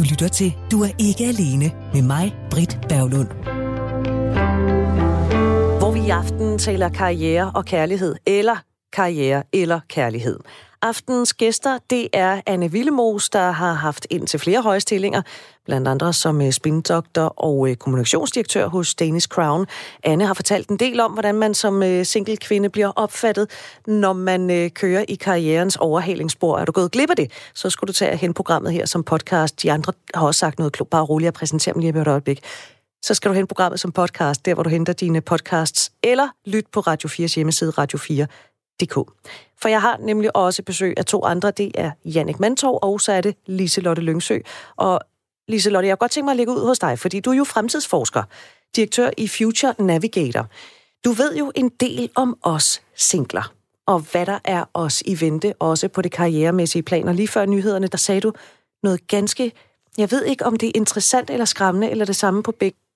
lytter til Du er ikke alene med mig, Britt Berglund. Hvor vi i aften taler karriere og kærlighed, eller karriere eller kærlighed. Aftenens gæster, det er Anne Willemoes, der har haft ind til flere høje stillinger, blandt andre som spindoktor og kommunikationsdirektør hos Danish Crown. Anne har fortalt en del om, hvordan man som single kvinde bliver opfattet, når man kører i karrierens overhalingsspor. Er du gået glip af det, så skulle du tage hen programmet her som podcast. De andre har også sagt noget klogt. Bare roligt, jeg præsenterer dem lige et øjeblik. Så skal du hen programmet som podcast, der hvor du henter dine podcasts, eller lyt på Radio 4's hjemmeside, radio4.dk. For jeg har nemlig også besøg af to andre. Det er Jannik Mantorv, og så er det Lise-Lotte Lyngsø. Og Lise-Lotte, jeg har godt tænkt mig at lægge ud hos dig, fordi du er jo fremtidsforsker, direktør i Future Navigator. Du ved jo en del om os singler, og hvad der er os i vente, også på det karrieremæssige plan. Og lige før nyhederne, der sagde du noget ganske, jeg ved ikke, om det er interessant eller skræmmende, eller det samme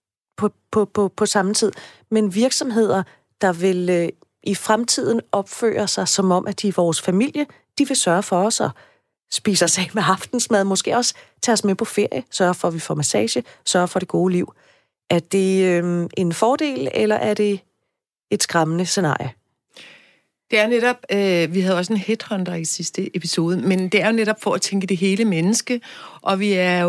på samme tid, men virksomheder, der vil i fremtiden opføre sig som om, at de er vores familie, de vil sørge for os og spise os af med aftensmad, måske også tage os med på ferie, sørge for, at vi får massage, sørge for det gode liv. Er det en fordel, eller er det et skræmmende scenarie? Det er netop, vi havde også en headhunter i sidste episode, men det er jo netop for at tænke det hele menneske, og vi har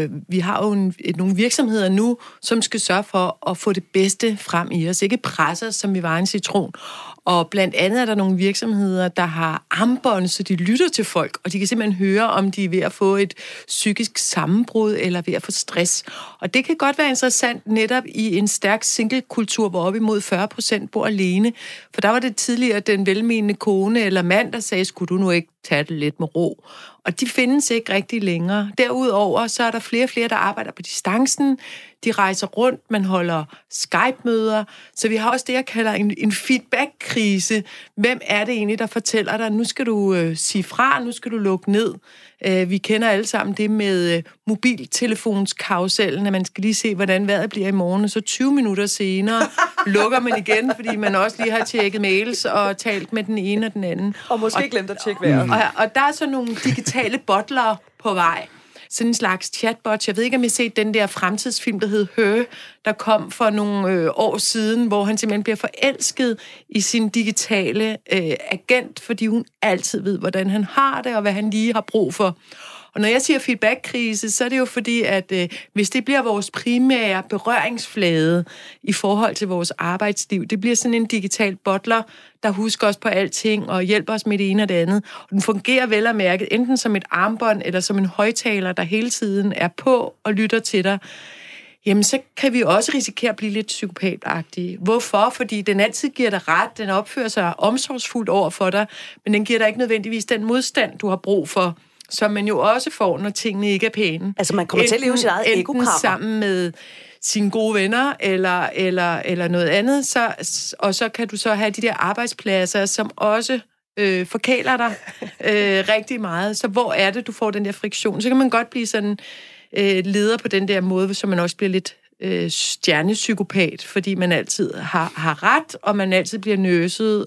jo nogle virksomheder nu, som skal sørge for at få det bedste frem i os, ikke presse os, som vi var en citron. Og blandt andet er der nogle virksomheder, der har armbånd, så de lytter til folk, og de kan simpelthen høre, om de er ved at få et psykisk sammenbrud eller ved at få stress. Og det kan godt være interessant netop i en stærk singlekultur, hvor op imod 40% bor alene. For der var det tidligere den velmenende kone eller mand, der sagde, skulle du nu ikke tage det lidt med ro? Og de findes ikke rigtig længere. Derudover så er der flere og flere, der arbejder på distancen. De rejser rundt, man holder Skype-møder. Så vi har også det, jeg kalder en feedback-krise. Hvem er det egentlig, der fortæller dig, nu skal du sige fra, nu skal du lukke ned. Vi kender alle sammen det med mobiltelefonskarusellen, at man skal lige se, hvordan vejret bliver i morgen. Så 20 minutter senere lukker man igen, fordi man også lige har tjekket mails og talt med den ene og den anden. Og måske glemt at tjekke vejret. Og der er så nogle digitale botlere på vej. Sådan en slags chatbot. Jeg ved ikke, om I har set den der fremtidsfilm, der hed Her, der kom for nogle år siden, hvor han simpelthen bliver forelsket i sin digitale agent, fordi hun altid ved, hvordan han har det, og hvad han lige har brug for. Og når jeg siger feedback-krise, så er det jo fordi, at hvis det bliver vores primære berøringsflade i forhold til vores arbejdsliv, det bliver sådan en digital butler, der husker os på alting og hjælper os med det ene og det andet. Og den fungerer vel og mærket enten som et armbånd eller som en højtaler, der hele tiden er på og lytter til dig. Jamen, så kan vi også risikere at blive lidt psykopatagtige. Hvorfor? Fordi den altid giver dig ret, den opfører sig omsorgsfuldt over for dig, men den giver dig ikke nødvendigvis den modstand, du har brug for, som man jo også får, når tingene ikke er pæne. Altså, man kommer til at leve sit eget ego-krammer. Enten sammen med sine gode venner, eller noget andet, og så kan du så have de der arbejdspladser, som også forkæler dig rigtig meget. Så hvor er det, du får den der friktion? Så kan man godt blive sådan leder på den der måde, så man også bliver lidt stjernepsykopat, fordi man altid har ret, og man altid bliver nøset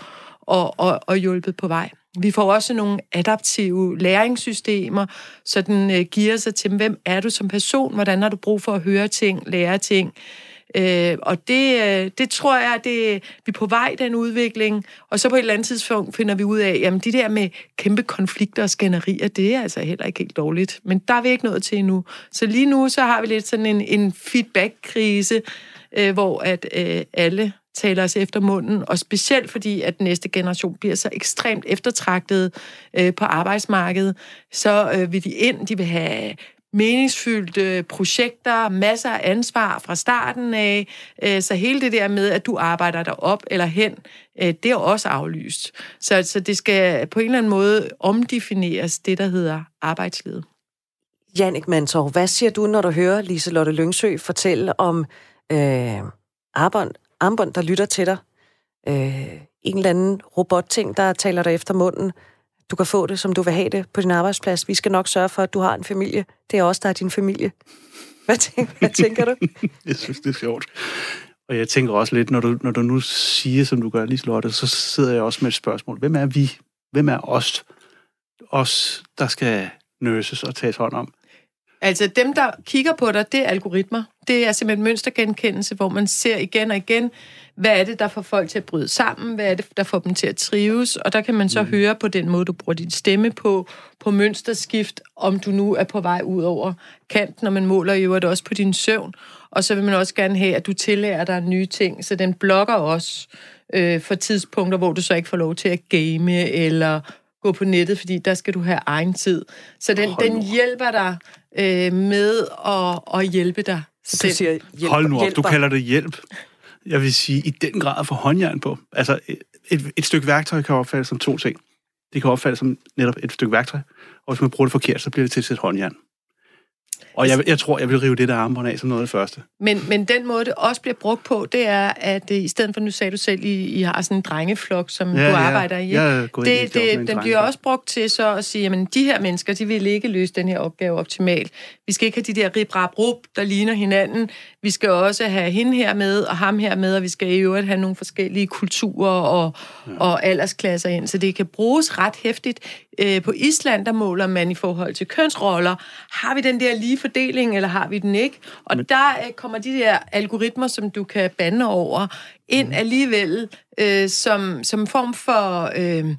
og hjulpet på vej. Vi får også nogle adaptive læringssystemer, så den giver sig til, hvem er du som person, hvordan har du brug for at høre ting, lære ting. Og det tror jeg, at vi er på vej, den udvikling. Og så på et eller andet tidspunkt finder vi ud af, jamen de der med kæmpe konflikter og skænderier, det er altså heller ikke helt dårligt. Men der er vi ikke nået til endnu. Så lige nu, så har vi lidt sådan en feedback-krise, hvor at alle taler os efter munden, og specielt fordi, at næste generation bliver så ekstremt eftertragtet på arbejdsmarkedet, så vil de vil have meningsfyldte projekter, masser af ansvar fra starten af, så hele det der med, at du arbejder dig op eller hen, det er også aflyst. Så det skal på en eller anden måde omdefineres, det der hedder arbejdslivet. Jannik Mantorv, hvad siger du, når du hører Lise-Lotte Lyngsø fortælle om armbånd, der lytter til dig? En eller anden robotting, der taler dig efter munden. Du kan få det, som du vil have det på din arbejdsplads. Vi skal nok sørge for, at du har en familie. Det er også der er din familie. Hvad tænker du? Jeg synes, det er sjovt. Og jeg tænker også lidt, når du nu siger, som du gør, Lise-Lotte, så sidder jeg også med et spørgsmål. Hvem er vi? Hvem er os? Os, der skal nøses og tages hånd om? Altså dem, der kigger på dig, det er algoritmer. Det er simpelthen mønstergenkendelse, hvor man ser igen og igen, hvad er det, der får folk til at bryde sammen, hvad er det, der får dem til at trives, og der kan man så høre på den måde, du bruger din stemme på mønsterskift, om du nu er på vej ud over kanten, når man måler jo det også på din søvn, og så vil man også gerne have, at du tillærer dig nye ting, så den blokker også for tidspunkter, hvor du så ikke får lov til at game eller gå på nettet, fordi der skal du have egen tid. Så den hjælper dig med at hjælpe dig selv. Du siger hjælp, hold nu op, hjælper. du kalder det hjælp. Jeg vil sige, i den grad at få håndjern på. Altså, et stykke værktøj kan opfattes som to ting. Det kan opfattes som netop et stykke værktøj, og hvis man bruger det forkert, så bliver det til at sætte håndjern. Og jeg tror, jeg vil rive det der armbånd af som noget af det første. Men den måde, det også bliver brugt på, det er, at i stedet for, nu sagde du selv, I har sådan en drengeflok, som du arbejder i. Den bliver også brugt til så at sige, jamen de her mennesker, de vil ikke løse den her opgave optimalt. Vi skal ikke have de der rib-rab-rub, der ligner hinanden. Vi skal også have hende her med, og ham her med, og vi skal i øvrigt have nogle forskellige kulturer og aldersklasser ind, så det kan bruges ret hæftigt. På Island, der måler man i forhold til kønsroller. Har vi den der lige fordeling, eller har vi den ikke? Og der kommer de der algoritmer, som du kan bande over, ind alligevel som form for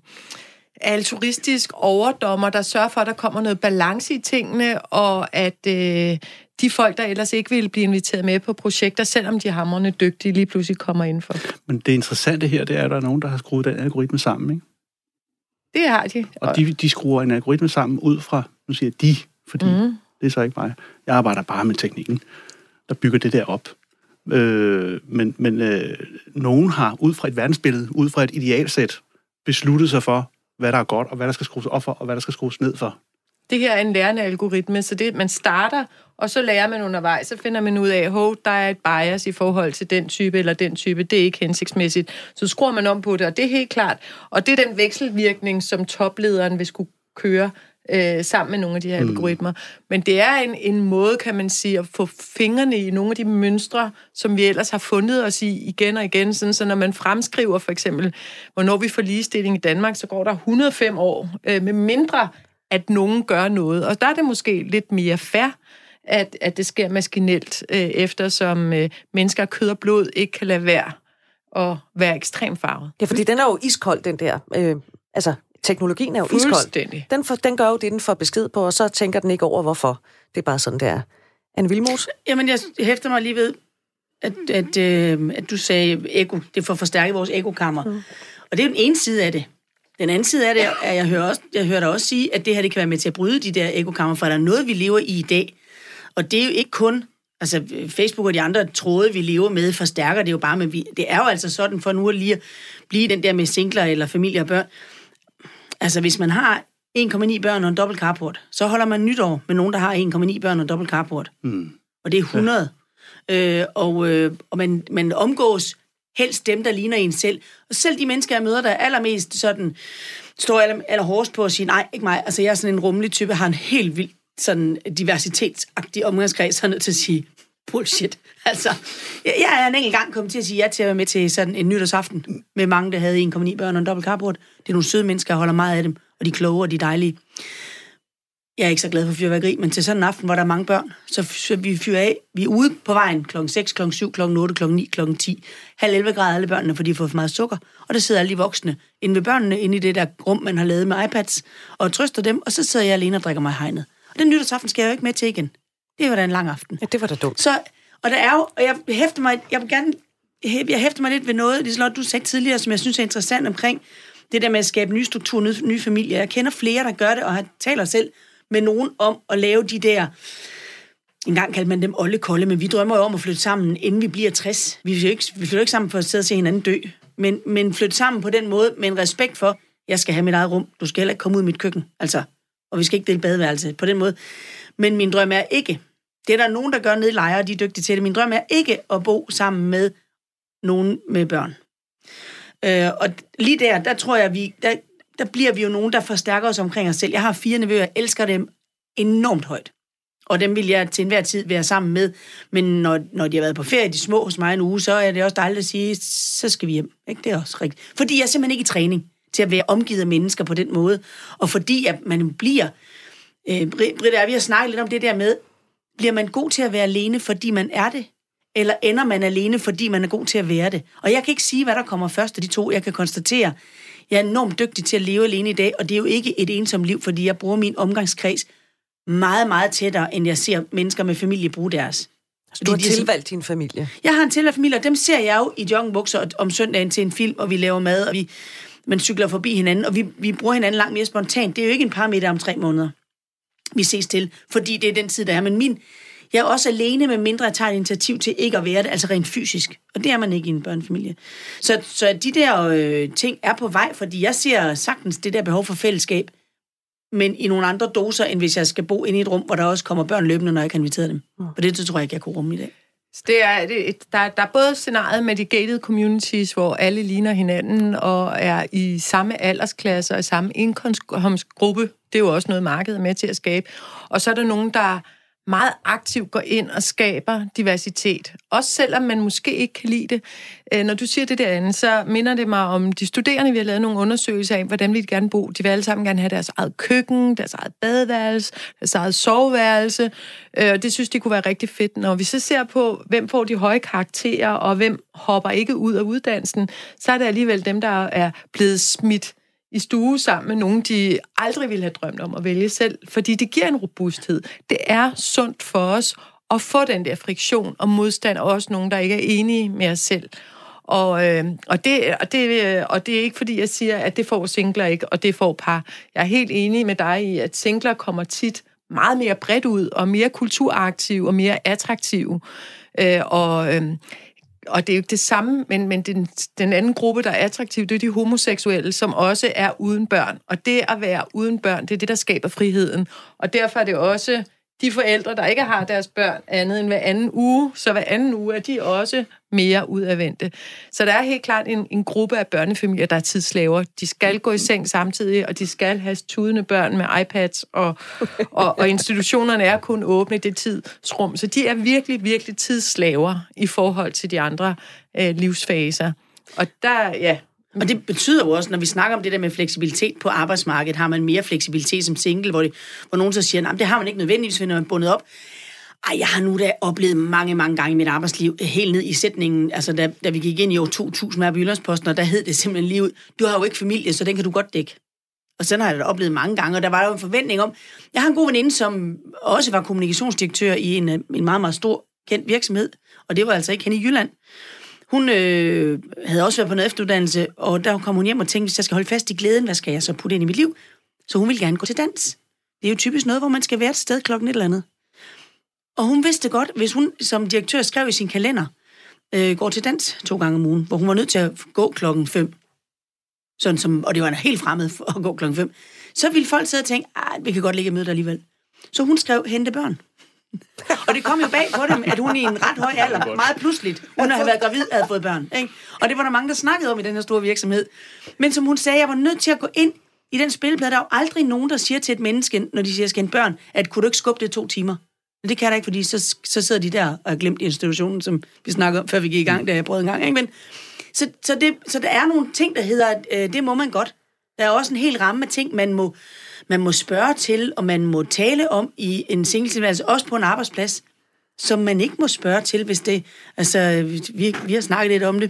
altruistisk overdommer, der sørger for, at der kommer noget balance i tingene, og at de folk, der ellers ikke ville blive inviteret med på projekter, selvom de er hamrende dygtige, lige pludselig kommer indenfor. Men det interessante her, det er, at der er nogen, der har skruet den algoritme sammen, ikke? Det har de. Og de skruer en algoritme sammen ud fra, nu siger jeg de, fordi det er så ikke mig. Jeg arbejder bare med teknikken, der bygger det der op. Men nogen har ud fra et verdensbillede, ud fra et idealsæt, besluttet sig for, hvad der er godt, og hvad der skal skrues op for, og hvad der skal skrues ned for. Det her er en lærende algoritme, så det man starter, og så lærer man undervejs, så finder man ud af, at der er et bias i forhold til den type eller den type, det er ikke hensigtsmæssigt. Så skruer man om på det, og det er helt klart. Og det er den vekselvirkning, som toplederen vil skulle køre sammen med nogle af de her algoritmer. Men det er en måde, kan man sige, at få fingrene i nogle af de mønstre, som vi ellers har fundet os i igen og igen. Sådan, så når man fremskriver for eksempel, hvornår vi får ligestilling i Danmark, så går der 105 år, med mindre at nogen gør noget. Og der er det måske lidt mere fair, at det sker maskinelt, eftersom mennesker af kød og blod ikke kan lade være at være ekstremt farvet. Ja, fordi den er jo iskold, den der. Teknologien er jo iskold. Den gør jo det, den får besked på, og så tænker den ikke over, hvorfor. Det er bare sådan, det er. Anne Vilmos? Jamen, jeg hæfter mig lige ved, at du sagde ego. Det får forstærket vores ekokammer. Og det er jo den ene side af det. Den anden side af det er, at jeg hører dig også sige, at det her det kan være med til at bryde de der ekokammer, for der er noget, vi lever i dag. Og det er jo ikke kun, altså Facebook og de andre tråde, vi lever med, forstærker det jo bare, men det er jo altså sådan, for nu at lige at blive den der med singler eller familie og børn. Altså hvis man har 1,9 børn og en dobbelt carport, så holder man nytår med nogen, der har 1,9 børn og en dobbelt carport. Og det er 100. Ja. Og man omgås helst dem, der ligner en selv. Og selv de mennesker, jeg møder, der er allermest sådan, står allerhårdest på at sige, nej, ikke mig. Altså, jeg er sådan en rummelig type, har en helt vild sådan diversitetsagtig omgangskreds, så er nødt til at sige, bullshit. Altså, jeg er en enkelt gang kommet til at sige ja til at være med til sådan en nytårsaften med mange, der havde 1,9 børn og en dobbelt carport. Det er nogle søde mennesker, jeg holder meget af dem, og de er kloge, og de er dejlige. Jeg er ikke så glad for fyrværkeri, men til sådan en aften, hvor der er mange børn, så vi fyrer af. Vi er ude på vejen kl. 6, kl. 7, kl. 8, kl. 9, kl. 10. 10:30 grader alle børnene, fordi de har fået for meget sukker. Og der sidder alle de voksne inde ved børnene, inde i det der rum, man har lavet med iPads, og trøster dem, og så sidder jeg alene og drikker mig i hegnet. Og den nytårsaften skal jeg jo ikke med til igen. Det var da en lang aften. Ja, det var da dumt. Så, og der er jo, og jeg hæfter mig lidt ved noget, Liselotte, du sagde tidligere, som jeg synes er interessant omkring det der med at skabe nye strukturer, nye familier. Jeg kender flere, der gør det, og jeg taler selv med nogen om at lave de der, engang kaldte man dem oldekolde, men vi drømmer jo om at flytte sammen, inden vi bliver 60. Vi flytter ikke sammen for at sidde og se hinanden dø, men flytte sammen på den måde, med en respekt for, jeg skal have mit eget rum, du skal heller ikke komme ud i mit køkken, altså, og vi skal ikke dele badeværelse på den måde. Men min drøm er ikke, det er der nogen, der gør nede i lejre, og de er dygtige til det, min drøm er ikke at bo sammen med nogen med børn. Og lige der tror jeg, der bliver vi jo nogen, der forstærker os omkring os selv. Jeg har 4 nevøer, jeg elsker dem enormt højt. Og dem vil jeg til enhver tid være sammen med. Men når de har været på ferie, de små hos mig en uge, så er det også dejligt at sige, så skal vi hjem. Ikke? Det er også rigtigt. Fordi jeg er simpelthen ikke i træning til at være omgivet af mennesker på den måde. Og fordi at man bliver... Britta, vi har snakket lidt om det der med, bliver man god til at være alene, fordi man er det? Eller ender man alene, fordi man er god til at være det? Og jeg kan ikke sige, hvad der kommer først af de to. Jeg kan konstatere, jeg er enormt dygtig til at leve alene i dag, og det er jo ikke et ensomt liv, fordi jeg bruger min omgangskreds meget, meget tættere, end jeg ser mennesker med familie bruge deres. Så du har tilvalgt din familie? Jeg har en tilvalgt familie, og dem ser jeg jo i joggingbukser om søndagen til en film, og vi laver mad, og man cykler forbi hinanden, og vi bruger hinanden langt mere spontant. Det er jo ikke en parameter om 3 måneder, vi ses til, fordi det er den tid, der er. Men jeg er også alene, med mindre jeg tager et initiativ til ikke at være det, altså rent fysisk. Og det er man ikke i en børnefamilie. Så de der ting er på vej, fordi jeg ser sagtens det der behov for fællesskab, men i nogle andre doser, end hvis jeg skal bo inde i et rum, hvor der også kommer børn løbende, når jeg kan invitere dem. Og det tror jeg ikke, jeg kunne rumme i dag. Der er både scenariet med de gated communities, hvor alle ligner hinanden og er i samme aldersklasse og i samme indkomstgruppe. Det er jo også noget, markedet er med til at skabe. Og så er der nogen, der meget aktivt går ind og skaber diversitet. Også selvom man måske ikke kan lide det. Når du siger det der andet, så minder det mig om de studerende, vi har lavet nogle undersøgelser af, hvordan vil de gerne bo. De vil alle sammen gerne have deres eget køkken, deres eget badeværelse, deres eget soveværelse. Og det synes de kunne være rigtig fedt. Når vi så ser på, hvem får de høje karakterer, og hvem hopper ikke ud af uddannelsen, så er det alligevel dem, der er blevet smidt i stue sammen med nogen, de aldrig ville have drømt om at vælge selv, fordi det giver en robusthed. Det er sundt for os at få den der friktion og modstand, og også nogen, der ikke er enige med os selv. Og det er ikke, fordi jeg siger, at det får singler ikke, og det får par. Jeg er helt enig med dig i, at singler kommer tit meget mere bredt ud, og mere kulturaktive og mere attraktive. Og det er jo ikke det samme, men den anden gruppe, der er attraktiv, det er de homoseksuelle, som også er uden børn. Og det at være uden børn, det er det, der skaber friheden. Og derfor er det også de forældre, der ikke har deres børn andet end hver anden uge. Så hver anden uge er de også mere udadvendte. Så der er helt klart en gruppe af børnefamilier, der er tidsslaver. De skal gå i seng samtidig, og de skal have tudende børn med iPads, og institutionerne er kun åbne i det tidsrum. Så de er virkelig, virkelig tidsslaver i forhold til de andre livsfaser. Og der, ja. Og det betyder jo også, når vi snakker om det der med fleksibilitet på arbejdsmarkedet, har man mere fleksibilitet som single, hvor nogen så siger, det har man ikke nødvendigvis, når man er bundet op. Jeg har nu da oplevet mange, mange gange i mit arbejdsliv, helt ned i sætningen, altså da vi gik ind i år 2000 med Jyllandsposten, og der hed det simpelthen lige ud, du har jo ikke familie, så den kan du godt dække. Og sådan har jeg da oplevet mange gange, og der var jo en forventning om, jeg har en god veninde, som også var kommunikationsdirektør i en meget, meget stor kendt virksomhed, og det var altså ikke hende i Jylland. Hun havde også været på noget efteruddannelse, og der kom hun hjem og tænkte, hvis jeg skal holde fast i glæden, hvad skal jeg så putte ind i mit liv? Så hun ville gerne gå til dans. Det er jo typisk noget, hvor man skal være et sted klokken et eller andet. Og hun vidste godt, hvis hun som direktør skrev i sin kalender, går til dans 2 gange om ugen, hvor hun var nødt til at gå klokken 5, sådan som, og det var helt fremmed for at gå klokken 5, så ville folk sidde og tænke, vi kan godt ligge i mødet alligevel. Så hun skrev, hente børn. Og det kom jo bag på dem, at hun i en ret høj alder, meget pludseligt, hun havde været gravid, havde fået børn. Ikke? Og det var der mange, der snakkede om i den her store virksomhed. Men som hun sagde, jeg var nødt til at gå ind i den spilleplade. Der er jo aldrig nogen, der siger til et menneske, når de siger, skal en børn, at kunne du ikke skubbe det 2 timer? Men det kan der ikke, fordi så sidder de der og har glemt institutionen, som vi snakkede om, før vi gik i gang, da jeg prøvede en gang. Ikke? Men, så der er nogle ting, der hedder, at det må man godt. Der er også en hel ramme af ting, man må spørge til, og man må tale om i en singletilværelse, også på en arbejdsplads, som man ikke må spørge til, hvis det... Altså, vi har snakket lidt om det.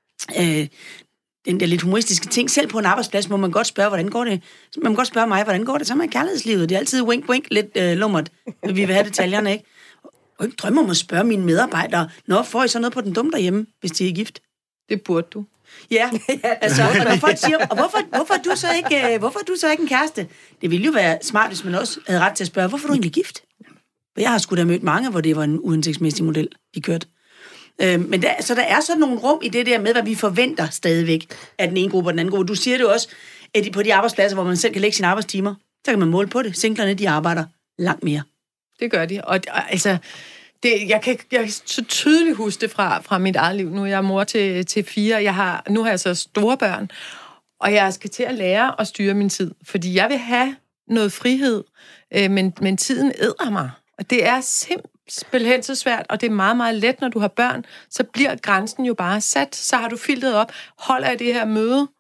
Den der lidt humoristiske ting. Selv på en arbejdsplads må man godt spørge, hvordan går det? Man må godt spørge mig, hvordan går det? Så er man kærlighedslivet. Det er altid wink, lidt lummert. Vi vil have detaljerne, ikke? Og ikke drømmer om at spørge mine medarbejdere, får I så noget på den dumme derhjemme, hvis de er gift? Det burde du. Ja, altså, og når folk siger, og hvorfor er du så ikke en kæreste? Det ville jo være smart, hvis man også havde ret til at spørge, hvorfor er du egentlig gift? For jeg har sgu da mødt mange, hvor det var en uhensigtsmæssig model, de kørte. Men der er sådan nogle rum i det der med, hvad vi forventer stadigvæk af den ene gruppe og den anden gruppe. Du siger det jo også, at på de arbejdspladser, hvor man selv kan lægge sine arbejdstimer, så kan man måle på det. Singlerne, de arbejder langt mere. Det gør de, og altså... Jeg kan så tydeligt huske det fra mit eget liv. Nu er jeg mor til 4. Nu har jeg så store børn, og jeg skal til at lære at styre min tid, fordi jeg vil have noget frihed, men tiden æder mig. Og det er simpelthen så svært, og det er meget, meget let, når du har børn, så bliver grænsen jo bare sat. Så har du filtret op, holder jeg det her møde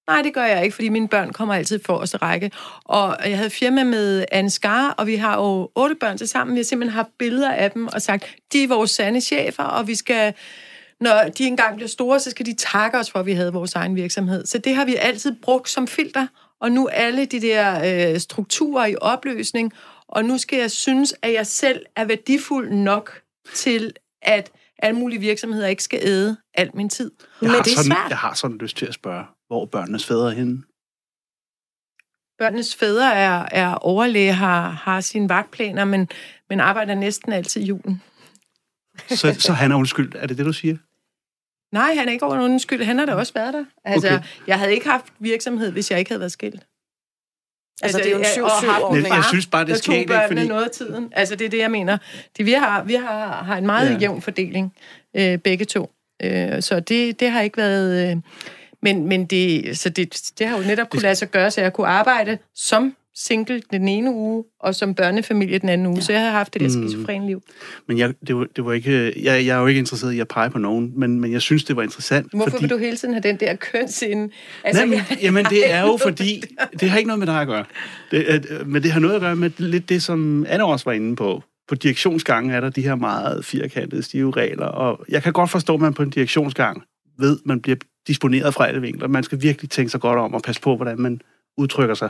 Nej, det gør jeg ikke, fordi mine børn kommer altid forreste række. Og jeg havde firma med Anne Skar, og vi har jo 8 børn til sammen. Vi har simpelthen haft billeder af dem og sagt, de er vores sande chefer, og vi skal, når de engang bliver store, så skal de takke os for, at vi havde vores egen virksomhed. Så det har vi altid brugt som filter, og nu alle de der strukturer i opløsning, og nu skal jeg synes, at jeg selv er værdifuld nok til, at alle mulige virksomheder ikke skal æde al min tid. Jeg har sådan lyst til at spørge, hvor er børnenes fædre henne? Børnenes fædre er overlæge, har sine vagtplaner, men arbejder næsten altid julen. Så han er undskyld. Er det, du siger? Nej, han er ikke undskyld. Han har da også været der. Altså, okay. Jeg havde ikke haft virksomhed, hvis jeg ikke havde været skilt. Altså, det er jo en 7-7-ordning. Jeg synes bare, det er skægt, ikke? Fordi noget af tiden. Altså, det er det, jeg mener. Vi har en meget jævn fordeling, begge to. Så det har ikke været... Men det har jo netop kunne lade sig gøre, så jeg kunne arbejde som single den ene uge, og som børnefamilie den anden uge. Så jeg har haft det der skizofrene liv. Men det var ikke, jeg er jo ikke interesseret i at pege på nogen, men jeg synes, det var interessant. Hvorfor vil du hele tiden have den der kønsinde? Altså, jamen, det er jo fordi, det har ikke noget med dig at gøre. Men det har noget at gøre med lidt det, som Anne også var inde på. På direktionsgangen er der de her meget firkantede, stive regler, og jeg kan godt forstå, at man på en direktionsgang ved, man bliver disponeret fra alle vinkler. Man skal virkelig tænke sig godt om og passe på, hvordan man udtrykker sig.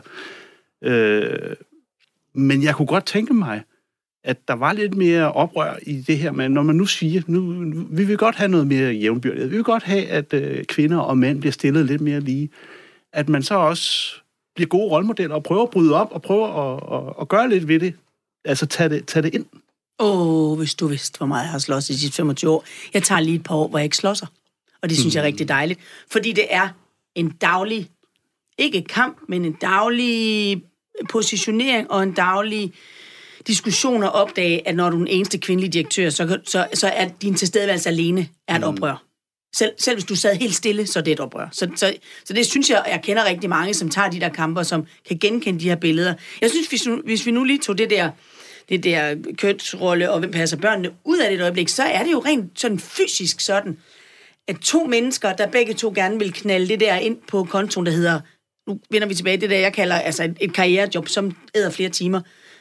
Men jeg kunne godt tænke mig, at der var lidt mere oprør i det her, men når man nu siger, vi vil godt have noget mere jævnbyrdighed, vi vil godt have, at kvinder og mænd bliver stillet lidt mere lige, at man så også bliver gode rollemodeller og prøver at bryde op og prøver at gøre lidt ved det. Altså tage det ind. Hvis du vidste, hvor meget jeg har slås i de 25 år. Jeg tager lige et par år, hvor jeg ikke slåsser. Og det synes jeg er rigtig dejligt. Fordi det er en daglig, ikke kamp, men en daglig positionering og en daglig diskussion og opdage, at når du er den eneste kvindelige direktør, så er din tilstedeværelse alene et oprør. Selv hvis du sad helt stille, så er det et oprør. Så det synes jeg kender rigtig mange, som tager de der kamper, som kan genkende de her billeder. Jeg synes, hvis vi nu lige tog det der kønsrolle og hvem passer børnene ud af det et øjeblik, så er det jo rent sådan fysisk sådan, at 2 mennesker, der begge to gerne vil knalde det der ind på kontoen, der hedder, nu vender vi tilbage, det der jeg kalder altså et karrierejob, som æder flere timer,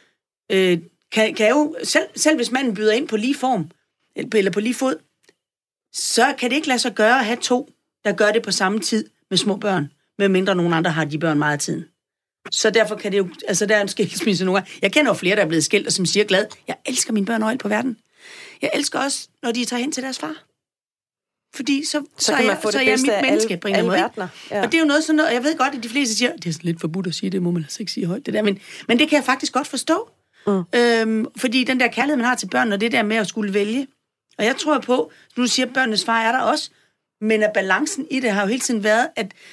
kan jo, selv hvis manden byder ind på lige form, eller på lige fod, så kan det ikke lade sig gøre at have 2, der gør det på samme tid med små børn, medmindre nogen andre har de børn meget af tiden. Så derfor kan det jo, altså der er en skilsmisse nogle gange. Jeg kender jo flere, der er blevet skilt, og som siger glad, jeg elsker mine børn overalt på verden. Jeg elsker også, når de tager hen til deres far. Fordi så er jeg mit menneske på en eller anden måde. Ja. Og det er jo noget sådan noget, og jeg ved godt, at de fleste siger, det er lidt forbudt at sige, det må man altså ikke sige højt, det der, men det kan jeg faktisk godt forstå. Fordi den der kærlighed, man har til børn, og det der med at skulle vælge. Og jeg tror på, nu siger børnenes far er der også, men at balancen i det har jo hele tiden været,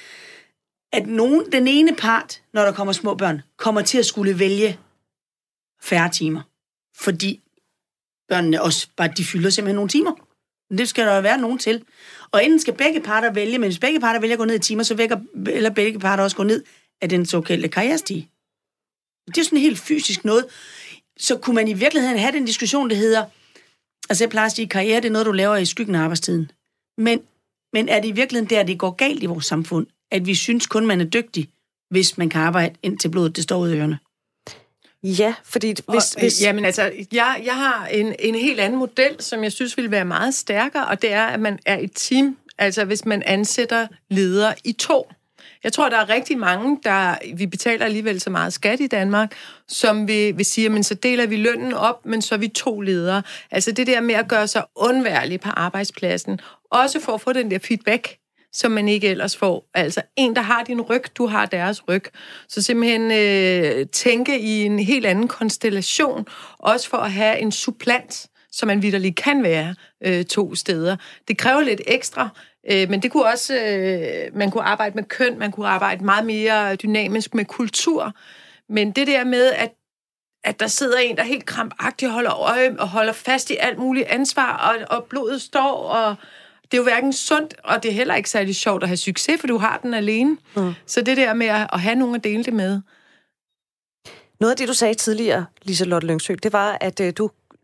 at den ene part, når der kommer små børn, kommer til at skulle vælge færre timer. Fordi børnene også bare, de fylder simpelthen nogle timer. Det skal der jo være nogen til. Og enten skal begge parter vælge, men hvis begge parter vælger at gå ned i timer, så eller begge parter også gå ned af den såkaldte karrierestige. Det er sådan helt fysisk noget. Så kunne man i virkeligheden have den diskussion, der hedder, altså jeg plejer at sige, karriere, det er noget, du laver i skyggen af arbejdstiden. Men er det i virkeligheden der, det går galt i vores samfund, at vi synes kun, man er dygtig, hvis man kan arbejde indtil blodet det står ud af ørerne? Ja, fordi hvis... Jamen altså, jeg har en helt anden model, som jeg synes vil være meget stærkere, og det er, at man er et team, altså hvis man ansætter ledere i 2. Jeg tror, der er rigtig mange, vi betaler alligevel så meget skat i Danmark, som vil sige, men så deler vi lønnen op, men så er vi 2 ledere. Altså det der med at gøre sig undværlig på arbejdspladsen, også for at få den der feedback, som man ikke ellers får. Altså en, der har din ryg, du har deres ryg. Så simpelthen tænke i en helt anden konstellation, også for at have en supplant, som man vitterligt kan være 2 steder. Det kræver lidt ekstra, men det kunne også, man kunne arbejde med køn, man kunne arbejde meget mere dynamisk med kultur. Men det der med, at der sidder en, der helt krampagtigt holder øje og holder fast i alt muligt ansvar, og blodet står, og det er jo hverken sundt, og det er heller ikke særlig sjovt at have succes, for du har den alene. Så det der med at have nogen at dele det med. Noget af det, du sagde tidligere, Liselotte Lyngsø, det var, at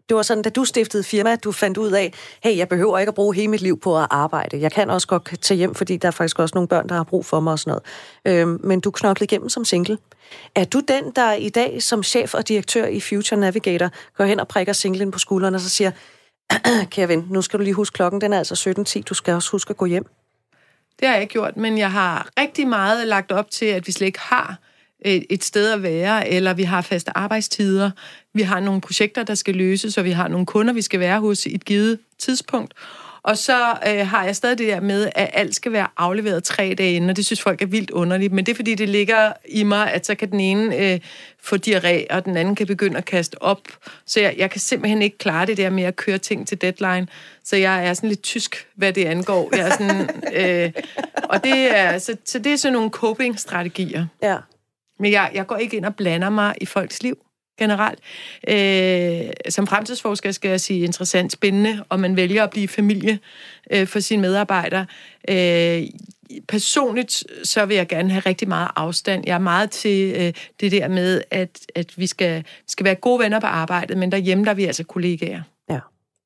Det var sådan, da du stiftede firma, du fandt ud af, hey, jeg behøver ikke at bruge hele mit liv på at arbejde. Jeg kan også godt tage hjem, fordi der er faktisk også nogle børn, der har brug for mig og sådan noget. Men du knoklede igennem som single. Er du den, der i dag som chef og direktør i Future Navigator går hen og prikker singlen på skulderen og så siger, kære ven, nu skal du lige huske klokken, den er altså 17:10, du skal også huske at gå hjem? Det har jeg ikke gjort, men jeg har rigtig meget lagt op til, at vi slet ikke har et sted at være, eller vi har faste arbejdstider. Vi har nogle projekter, der skal løses, og vi har nogle kunder, vi skal være hos i et givet tidspunkt. Og så har jeg stadig det der med, at alt skal være afleveret 3 dage inden, og det synes folk er vildt underligt. Men det er, fordi det ligger i mig, at så kan den ene få diarré, og den anden kan begynde at kaste op. Så jeg kan simpelthen ikke klare det der med at køre ting til deadline. Så jeg er sådan lidt tysk, hvad det angår. Jeg er sådan, og det er, så det er sådan nogle coping-strategier. Ja. Men jeg går ikke ind og blander mig i folks liv generelt. Som fremtidsforsker skal jeg sige interessant, spændende, og man vælger at blive familie for sine medarbejdere. Personligt så vil jeg gerne have rigtig meget afstand. Jeg er meget til det der med, at vi skal være gode venner på arbejdet, men derhjemme der er vi altså kollegaer. Ja.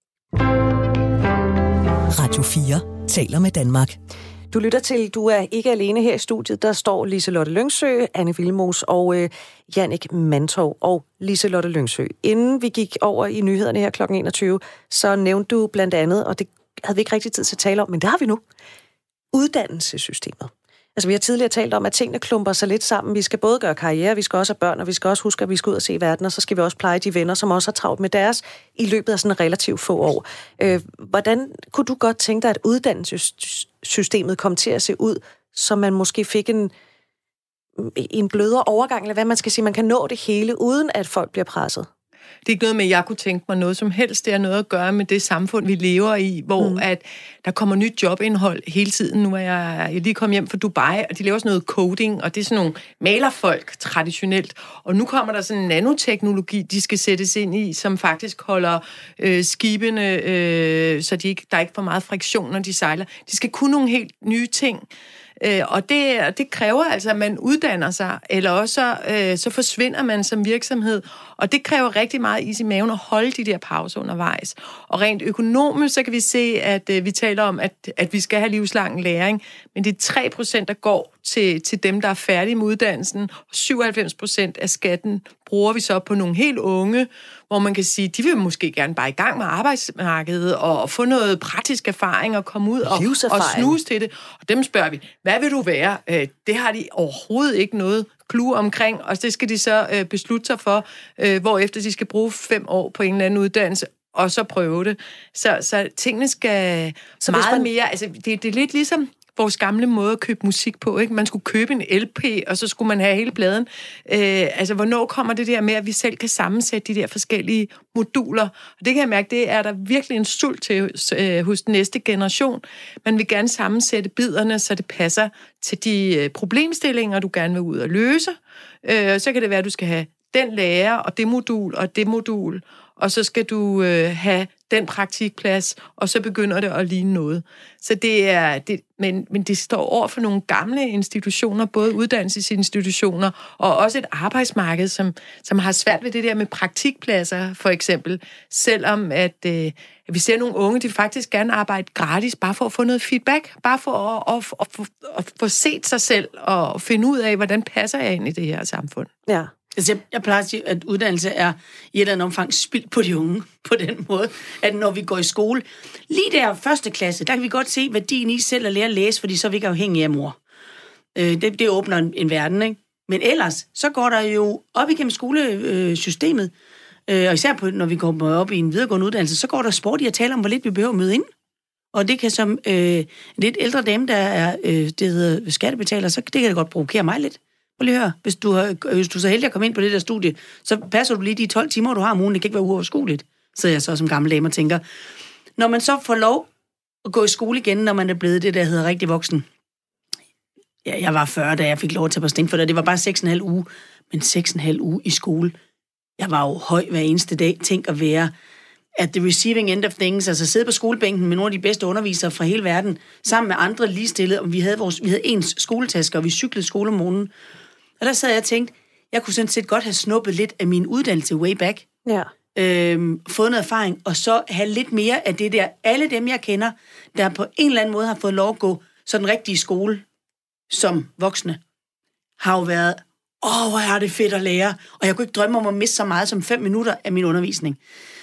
Radio 4 taler med Danmark. Du lytter til, du er ikke alene her i studiet. Der står Liselotte Lyngsø, Anne Vilmos og Jannik Mantov og Liselotte Lyngsø. Inden vi gik over i nyhederne her kl. 21, så nævnte du blandt andet, og det havde vi ikke rigtig tid til at tale om, men det har vi nu, uddannelsessystemet. Altså, vi har tidligere talt om, at tingene klumper sig lidt sammen. Vi skal både gøre karriere, vi skal også have børn, og vi skal også huske, at vi skal ud og se verden, og så skal vi også pleje de venner, som også har travlt med deres i løbet af sådan relativt få år. Hvordan kunne du godt tænke dig, at uddannelsessystemet kom til at se ud, så man måske fik en blødere overgang, eller hvad man skal sige, man kan nå det hele, uden at folk bliver presset? Det er ikke noget med, at jeg kunne tænke mig noget som helst. Det har noget at gøre med det samfund, vi lever i, hvor at der kommer nyt jobindhold hele tiden. Nu er jeg lige kommet hjem fra Dubai, og de laver sådan noget coding, og det er sådan nogle malerfolk traditionelt. Og nu kommer der sådan en nanoteknologi, de skal sættes ind i, som faktisk holder skibene, så der er ikke for meget friktion, når de sejler. De skal kunne nogle helt nye ting. Og det kræver altså, at man uddanner sig, eller også så forsvinder man som virksomhed. Og det kræver rigtig meget is i maven at holde de der pauser undervejs. Og rent økonomisk, så kan vi se, at vi taler om, at vi skal have livslang læring. Men det er 3%, der går til dem, der er færdige med uddannelsen. Og 97% af skatten bruger vi så på nogle helt unge, hvor man kan sige, de vil måske gerne bare i gang med arbejdsmarkedet og få noget praktisk erfaring og komme ud og snuse til det. Og dem spørger vi, hvad vil du være? Det har de overhovedet ikke noget clue omkring, og det skal de så beslutte sig for, hvorefter de skal bruge 5 år på en eller anden uddannelse, og så prøve det. Så tingene skal så meget mere... Altså, det er lidt ligesom vores gamle måde at købe musik på, ikke? Man skulle købe en LP, og så skulle man have hele pladen. Altså, hvornår kommer det der med, at vi selv kan sammensætte de der forskellige moduler? Og det kan jeg mærke, det er der virkelig en sult til hos den næste generation. Man vil gerne sammensætte biderne, så det passer til de problemstillinger, du gerne vil ud og løse. Så kan det være, at du skal have den lærer, og det modul, og så skal du have den praktikplads, og så begynder det at ligne noget. Så men det står over for nogle gamle institutioner, både uddannelsesinstitutioner, og også et arbejdsmarked, som har svært ved det der med praktikpladser, for eksempel. Selvom at vi ser nogle unge, de faktisk gerne arbejde gratis, bare for at få noget feedback, bare for at få set sig selv, og finde ud af, hvordan passer jeg ind i det her samfund. Ja. Altså, jeg plejer at sige, at uddannelse er i et eller andet omfang spildt på de unge, på den måde, at når vi går i skole, lige der 1. klasse, der kan vi godt se værdien i selv at lære at læse, fordi så er vi ikke afhængige af mor. Det åbner en verden, ikke? Men ellers, så går der jo op igennem skolesystemet, og især når vi går op i en videregående uddannelse, så går der sport i at tale om, hvor lidt vi behøver at møde ind. Og det kan som lidt ældre dame, der er det hedder skattebetaler, så det kan det godt provokere mig lidt. Prøv lige at høre, hvis du er så heldig at komme ind på det der studie, så passer du lige de 12 timer, du har om ugen. Det kan ikke være uoverskueligt, sidder jeg så som gammel dame og tænker. Når man så får lov at gå i skole igen, når man er blevet det, der hedder rigtig voksen. Ja, jeg var 40, da jeg fik lov at tage på Stenford, og det var bare 6,5 uge. Men 6,5 uge i skole. Jeg var jo høj hver eneste dag. Tænk at være at the receiving end of things, altså sidde på skolebænken med nogle af de bedste undervisere fra hele verden, sammen med andre ligestillede, og vi havde ens skoletasker, og vi cyklede skole om morgenen. Og der sad jeg og tænkte, jeg kunne sådan set godt have snuppet lidt af min uddannelse way back. Ja. fået noget erfaring, og så have lidt mere af det der. Alle dem, jeg kender, der på en eller anden måde har fået lov at gå så den rigtige skole som voksne, har jo været, hvor er det fedt at lære, og jeg kunne ikke drømme om at miste så meget som 5 minutter af min undervisning.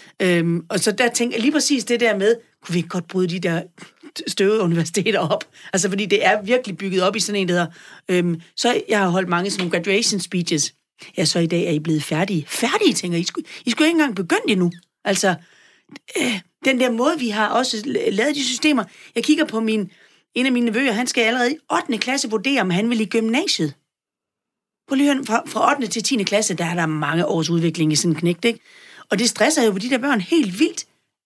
Og så der tænker jeg lige præcis det der med, kunne vi ikke godt bryde de der støvede universiteter op? Altså, fordi det er virkelig bygget op i sådan en, der hedder. Så jeg har holdt mange sådan nogle graduation speeches. Ja, så i dag er I blevet færdige. Færdige, tænker I. I skulle ikke engang begynde endnu. Altså, den der måde, vi har også lavet de systemer. Jeg kigger på en af mine nevøer, han skal allerede i 8. klasse vurdere, om han vil i gymnasiet. På lige fra 8. til 10. klasse, der er der mange års udvikling i sådan en knægt, ikke? Og det stresser jo på de der børn helt vildt,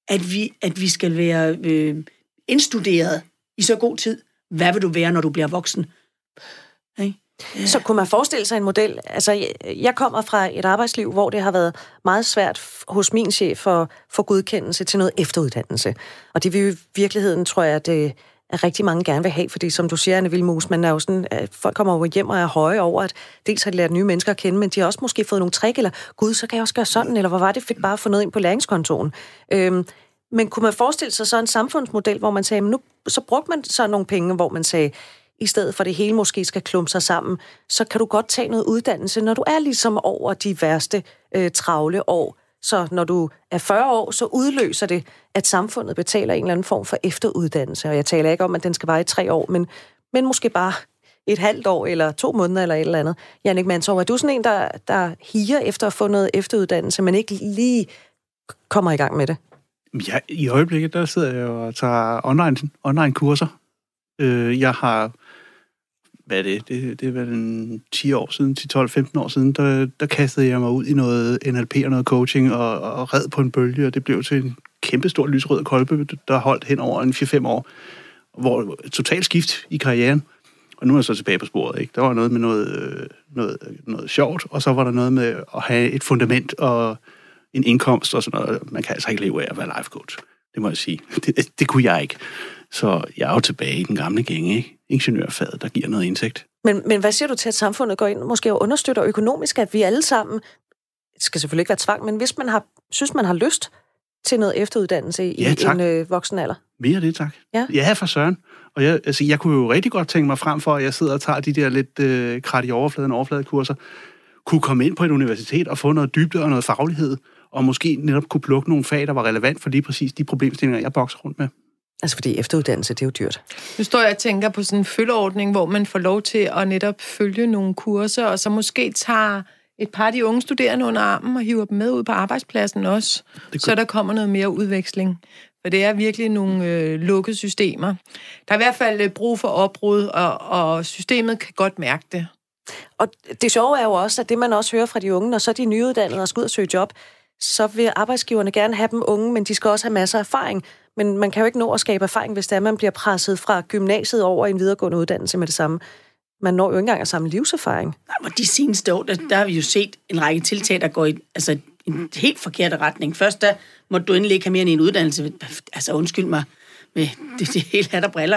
at vi skal være indstuderet i så god tid. Hvad vil du være, når du bliver voksen? Okay. Så kunne man forestille sig en model? Altså, jeg kommer fra et arbejdsliv, hvor det har været meget svært hos min chef at få godkendelse til noget efteruddannelse. Og det vil jo i virkeligheden, tror jeg, det er rigtig mange gerne vil have, fordi som du siger, Anne Vilmos, man er jo sådan, at folk kommer jo hjem og er høje over, at dels har de lært nye mennesker at kende, men de har også måske fået nogle trick, eller gud, så kan jeg også gøre sådan, eller hvor var det fedt bare at få noget ind på læringskontoen. Men kunne man forestille sig så en samfundsmodel, hvor man sagde, men nu så brugte man så nogle penge, hvor man sagde, i stedet for det hele måske skal klumpe sig sammen, så kan du godt tage noget uddannelse, når du er ligesom over de værste travle år. Så når du er 40 år, så udløser det, at samfundet betaler en eller anden form for efteruddannelse. Og jeg taler ikke om, at den skal være i 3 år, men måske bare et halvt år, eller 2 måneder, eller et eller andet. Jannik Mantorp, er du sådan en, der higer efter at få noget efteruddannelse, men ikke lige kommer i gang med det? Ja, i øjeblikket, der sidder jeg og tager online kurser. Jeg har, hvad er det? Det er vel 10 år siden, 10-12-15 år siden, der kastede jeg mig ud i noget NLP og noget coaching og red på en bølge, og det blev til en kæmpestor lysrød kolbe, der holdt hen over en 4-5 år, hvor totalt skift i karrieren. Og nu er jeg så tilbage på sporet, ikke? Der var noget med noget sjovt, og så var der noget med at have et fundament og en indkomst og sådan noget. Man kan altså ikke leve af at være life coach. Det må jeg sige. Det kunne jeg ikke. Så jeg er jo tilbage i den gamle gænge, ikke? Ingeniørfaget, der giver noget indsigt. Men hvad siger du til, at samfundet går ind måske og understøtter økonomisk, at vi alle sammen, det skal selvfølgelig ikke være tvang, men hvis man synes, man har lyst til noget efteruddannelse i en voksen alder? Mere det, tak. Ja, for søren. Og jeg kunne jo rigtig godt tænke mig frem for, at jeg sidder og tager de der lidt krat i overfladekurser, kunne komme ind på et universitet og få noget dybde og noget faglighed, og måske netop kunne plukke nogle fag, der var relevant for lige præcis de problemstillinger, jeg bokser rundt med. Altså fordi efteruddannelse, det er jo dyrt. Nu står jeg og tænker på sådan en følgeordning, hvor man får lov til at netop følge nogle kurser, og så måske tager et par af de unge studerende under armen og hiver dem med ud på arbejdspladsen også, så der kommer noget mere udveksling. For det er virkelig nogle lukkede systemer. Der er i hvert fald brug for opbrud, og systemet kan godt mærke det. Og det sjove er jo også, at det man også hører fra de unge, når så er de nyuddannede og skal ud og søge job, så vil arbejdsgiverne gerne have dem unge, men de skal også have masser af erfaring. Men man kan jo ikke nå at skabe erfaring, hvis det er, man bliver presset fra gymnasiet over i en videregående uddannelse med det samme. Man når jo ikke engang at samle livserfaring. Nej, men de seneste år, der har vi jo set en række tiltag, der går i en helt forkert retning. Først der måtte du endelig ikke have mere end en uddannelse. Altså undskyld mig, med det hele hat og briller.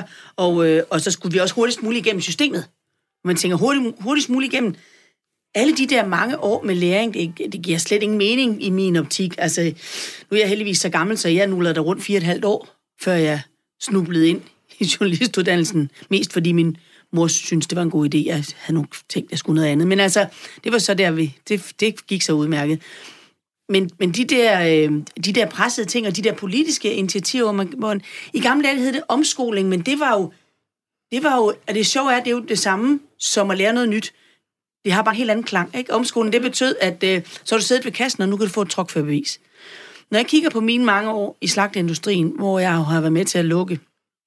Og så skulle vi også hurtigst muligt igennem systemet. Man tænker hurtigst muligt igennem. Alle de der mange år med læring, det giver slet ingen mening i min optik. Altså, nu er jeg heldigvis så gammel, så jeg nullede der rundt 4,5 år, før jeg snublede ind i journalistuddannelsen. Mest fordi min mor synes det var en god idé. Jeg havde nogle tænkt, jeg skulle noget andet. Men altså, det var så der, det gik så udmærket. Men de der pressede ting, og de der politiske initiativer, i gamle dage hed det omskoling, men det var jo, og det sjove er, det er jo det samme som at lære noget nyt. Det har bare en helt anden klang, ikke? Omskoling, det betød, at så har du siddet ved kassen, og nu kan du få et trykførerbevis. Når jeg kigger på mine mange år i slagteindustrien, hvor jeg har været med til at lukke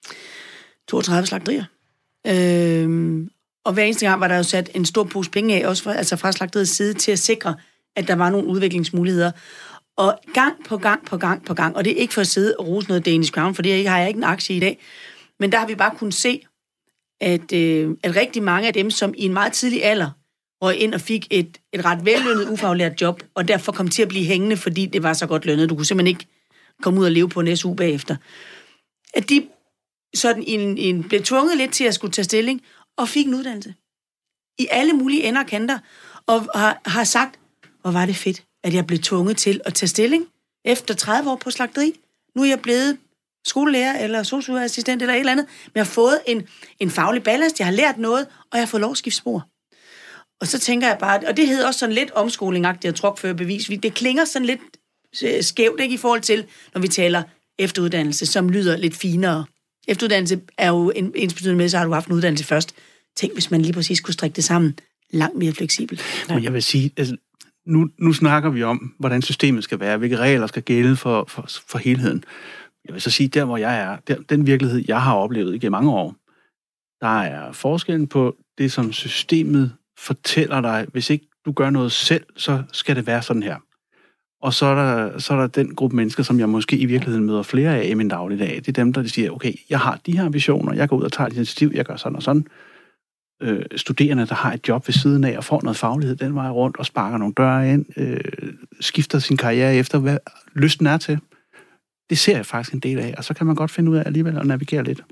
32 slagterier, og hver eneste gang var der jo sat en stor pose penge af, også fra slagteriets side, til at sikre, at der var nogle udviklingsmuligheder. Og gang på gang, og det er ikke for at sidde og rose noget Danish Crown, for det har jeg ikke en aktie i dag, men der har vi bare kunnet se, at rigtig mange af dem, som i en meget tidlig alder røg ind og fik et ret vellønnet, ufaglært job, og derfor kom til at blive hængende, fordi det var så godt lønnet. Du kunne simpelthen ikke komme ud og leve på en SU bagefter. At de sådan blev tvunget lidt til at skulle tage stilling, og fik en uddannelse. I alle mulige ender og kanter, og har sagt, hvor var det fedt. at jeg blev tvunget til at tage stilling efter 30 år på slagteri. Nu er jeg blevet skolelærer eller sosu-assistent eller et eller andet, men jeg har fået en faglig ballast, jeg har lært noget, og jeg har fået lov at skifte spor. Og så tænker jeg bare, og det hedder også sådan lidt omskolingagtigt at trukførerbevis. Det klinger sådan lidt skævt, ikke, i forhold til, når vi taler efteruddannelse, som lyder lidt finere. Efteruddannelse er jo ensbetydende med, så har du haft en uddannelse først. Tænk, hvis man lige præcis kunne strikke det sammen langt mere fleksibelt. Men jeg vil sige, altså, nu snakker vi om, hvordan systemet skal være, hvilke regler skal gælde for helheden. Jeg vil så sige, der hvor jeg er, den virkelighed, jeg har oplevet igennem mange år, der er forskellen på det, som systemet fortæller dig. Hvis ikke du gør noget selv, så skal det være sådan her. Og så er der den gruppe mennesker, som jeg måske i virkeligheden møder flere af i min dagligdag. Det er dem, der siger, okay, jeg har de her ambitioner, jeg går ud og tager et initiativ, jeg gør sådan og sådan. Studerende, der har et job ved siden af og får noget faglighed den vej rundt og sparker nogle døre ind, skifter sin karriere efter, hvad lysten er til. Det ser jeg faktisk en del af, og så kan man godt finde ud af alligevel at navigere lidt.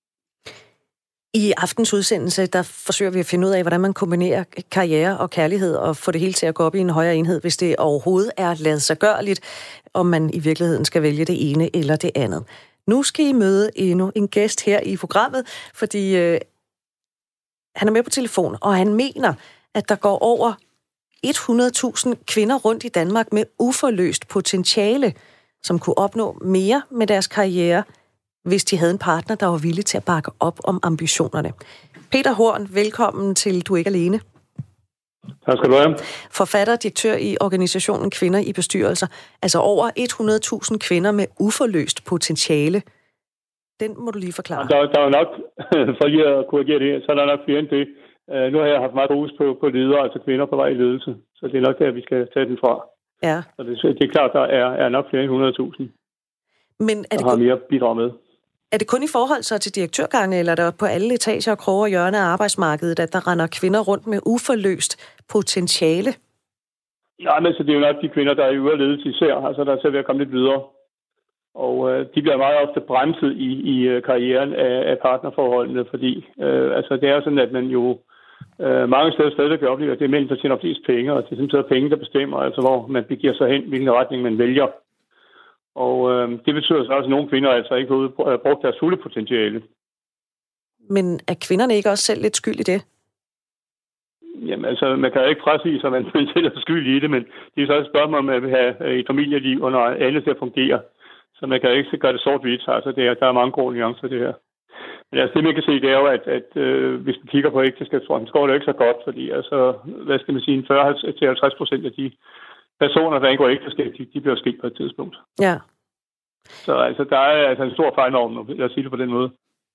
I aftens udsendelse, der forsøger vi at finde ud af, hvordan man kombinerer karriere og kærlighed og få det hele til at gå op i en højere enhed, hvis det overhovedet er ladsiggørligt, om man i virkeligheden skal vælge det ene eller det andet. Nu skal I møde endnu en gæst her i programmet, fordi han er med på telefon, og han mener, at der går over 100.000 kvinder rundt i Danmark med uforløst potentiale, som kunne opnå mere med deres karriere, hvis de havde en partner, der var villig til at bakke op om ambitionerne. Peter Horn, velkommen til Du er ikke alene. Tak skal du have. Forfatter og direktør i organisationen Kvinder i Bestyrelser. Altså over 100.000 kvinder med uforløst potentiale. Den må du lige forklare. Der er jo nok, for lige at korrigere det, så er der nok flere end det. Nu har jeg haft meget fokus på ledere, altså kvinder på vej i ledelse. Så det er nok der, vi skal tage den fra. Ja. Så det er klart, der er nok flere end 100.000, men er det der har mere bidrag med. Er det kun i forhold så til direktørgange, eller er der på alle etager og kroge og hjørner af arbejdsmarkedet, at der render kvinder rundt med uforløst potentiale? Nej, men så det er jo nok de kvinder, der er i øvre ledelse især, altså der er selv ved at komme lidt videre. Og de bliver meget ofte bremset i karrieren af partnerforholdene, fordi altså det er sådan, at man jo mange steder stadig kan opleve, at det er mænd, der tjener flest penge, og det er simpelthen penge, der bestemmer, altså hvor man begiver sig hen, hvilken retning man vælger. Og det betyder så også, at nogle kvinder altså ikke har brugt deres fulde potentiale. Men er kvinderne ikke også selv lidt skyld i det? Jamen altså, man kan jo ikke præcise, at man selv er skyld i det, men det er så et spørgsmål om at have et familieliv og noget andet til at fungere. Så man kan jo ikke gøre det sort-hvidt, altså der er mange gode nuancer det her. Men altså det, man kan se, det er jo, at hvis man kigger på ægteskabsforhold, så går det ikke så godt, fordi altså, hvad skal man sige, 40-50% af de personer, der indgår ægteskab, de bliver skilt på et tidspunkt. Ja. Så altså, der er altså en stor fejlnorm, lad os sige det på den måde.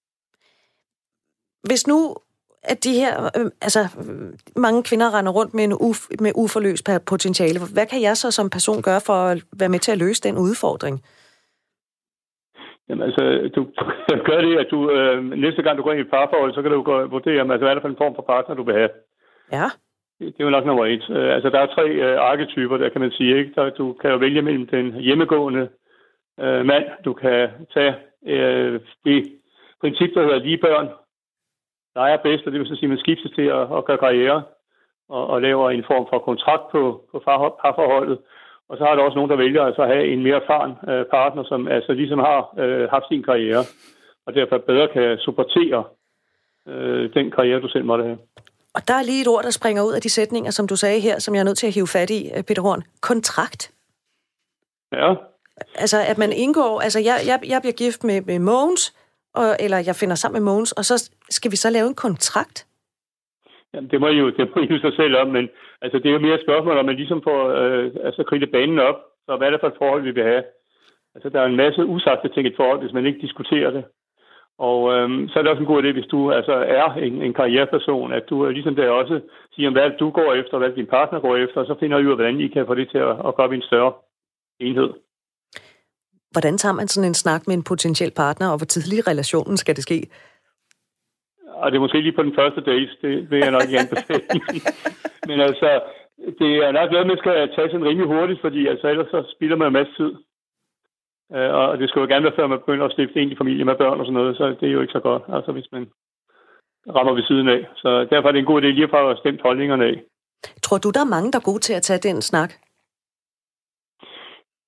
Hvis nu, at de her, mange kvinder render rundt med uforløst potentiale, hvad kan jeg så som person gøre for at være med til at løse den udfordring? Jamen altså, du gør det, at du næste gang du går ind i et parforhold, så kan du vurdere, hvad er det for en form for partner, du vil have. Ja. Det er jo nok nummer 1. Altså, der er 3 arketyper, der kan man sige, ikke? Du kan jo vælge mellem den hjemmegående mand. Du kan tage det princip, der hedder lige børn. Der er bedst, og det vil så sige, at man skiftes til at gøre karriere og laver en form for kontrakt på parforholdet. Og så har der også nogen, der vælger altså at have en mere erfaren partner, som altså ligesom har haft sin karriere, og derfor bedre kan supportere den karriere, du selv måtte have. Og der er lige et ord, der springer ud af de sætninger, som du sagde her, som jeg er nødt til at hive fat i, Peter Horn. Kontrakt. Ja. Altså, at man indgår... Altså, jeg bliver gift med Mogens, eller jeg finder sammen med Mogens, og så skal vi så lave en kontrakt? Jamen, det må I jo sig selv om, men altså, det er jo mere et spørgsmål, om man ligesom får kridtet banen op, så hvad er det for et forhold, vi vil have? Altså, der er en masse usagte ting i et forhold, hvis man ikke diskuterer det. Og så er det også en god idé, hvis du altså er en karriereperson, at du ligesom der også siger, hvad du går efter, hvad din partner går efter, og så finder I ud af, hvordan I kan få det til at gå op i en større enhed. Hvordan tager man sådan en snak med en potentiel partner, og hvor tidlig i relationen skal det ske? Og det er måske lige på den første date, det vil jeg nok gerne befale. Men altså, det er nok noget, man skal tage sådan rimelig hurtigt, fordi altså ellers så spilder man en masse tid. Og det skal jo gerne være, før man begynder at stifte egentlig familie med børn og sådan noget, så det er jo ikke så godt, altså hvis man rammer ved siden af. Så derfor er det en god idé lige at få stemt holdningerne af. Tror du, der er mange, der er gode til at tage den snak?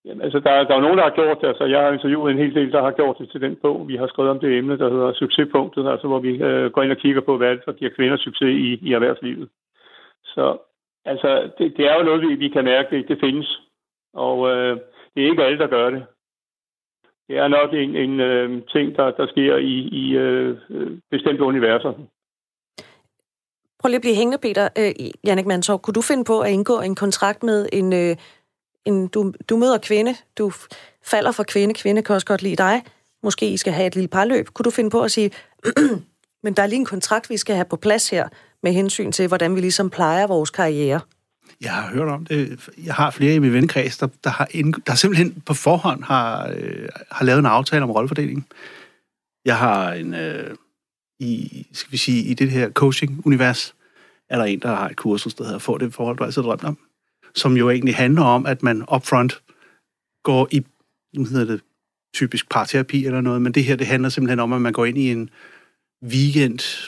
Jamen, altså, der er jo nogen, der har gjort det. Altså, jeg har interviewet en hel del, der har gjort det til den bog. Vi har skrevet om det emne, der hedder Succespunktet, altså hvor vi går ind og kigger på, hvad der giver kvinder succes i erhvervslivet. Så altså, det er jo noget, vi kan mærke, det findes. Og det er ikke alle, der gør det. Det er nok en ting, der sker i bestemte universer. Prøv lige at blive hængende, Peter. Jannik Mantorp, kunne du finde på at indgå en kontrakt med du møder kvinde, du falder for kvinde kan også godt lide dig, måske I skal have et lille parløb. Kunne du finde på at sige, men der er lige en kontrakt, vi skal have på plads her, med hensyn til, hvordan vi ligesom plejer vores karriere? Jeg har hørt om det. Jeg har flere i min vennekreds, der simpelthen på forhånd har lavet en aftale om rollefordeling. Jeg har i det her coaching-univers, er der en, der har et kursus, der hedder Få det forhold, du altid drømt om, som jo egentlig handler om, at man upfront går i, nu hedder det typisk parterapi eller noget, men det her, det handler simpelthen om, at man går ind i en weekend,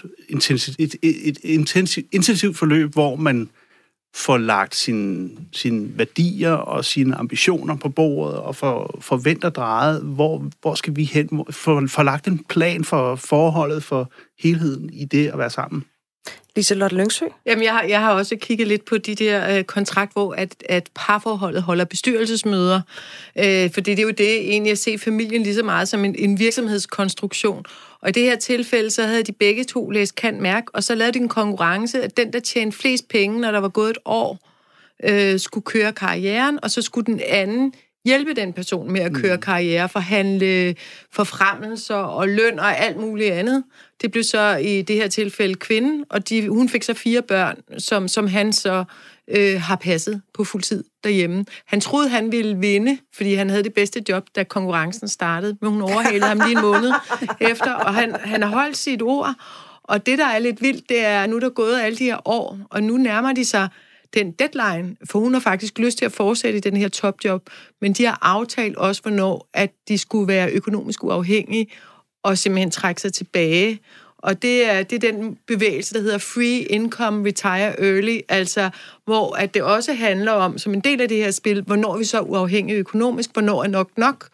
et intensivt forløb, hvor man får lagt sine værdier og sine ambitioner på bordet og forventer drejet, hvor skal vi hen, får lagt en plan for forholdet, for helheden i det at være sammen. Liselotte Lyngsø? Jamen, jeg har også kigget lidt på de der kontrakt, hvor at parforholdet holder bestyrelsesmøder. Fordi det er jo det, egentlig at se familien lige så meget som en virksomhedskonstruktion. Og i det her tilfælde, så havde de begge to læst Kan Mærke, og så lavede de en konkurrence, at den, der tjente flest penge, når der var gået et år, skulle køre karrieren, og så skulle den anden hjælpe den person med at køre karriere, forhandle forfremmelser og løn og alt muligt andet. Det blev så i det her tilfælde kvinden, og hun fik så 4 børn, som han så har passet på fuld tid derhjemme. Han troede, han ville vinde, fordi han havde det bedste job, da konkurrencen startede, men hun overhalede ham lige en måned efter, og han har holdt sit ord. Og det, der er lidt vildt, det er, nu der er gået alle de her år, og nu nærmer de sig den deadline, for hun har faktisk lyst til at fortsætte i den her topjob, men de har aftalt også, hvornår at de skulle være økonomisk uafhængige og simpelthen trække sig tilbage. Og det er den bevægelse, der hedder Free Income Retire Early, altså hvor at det også handler om, som en del af det her spil, hvornår vi så er uafhængige økonomisk, hvornår er nok.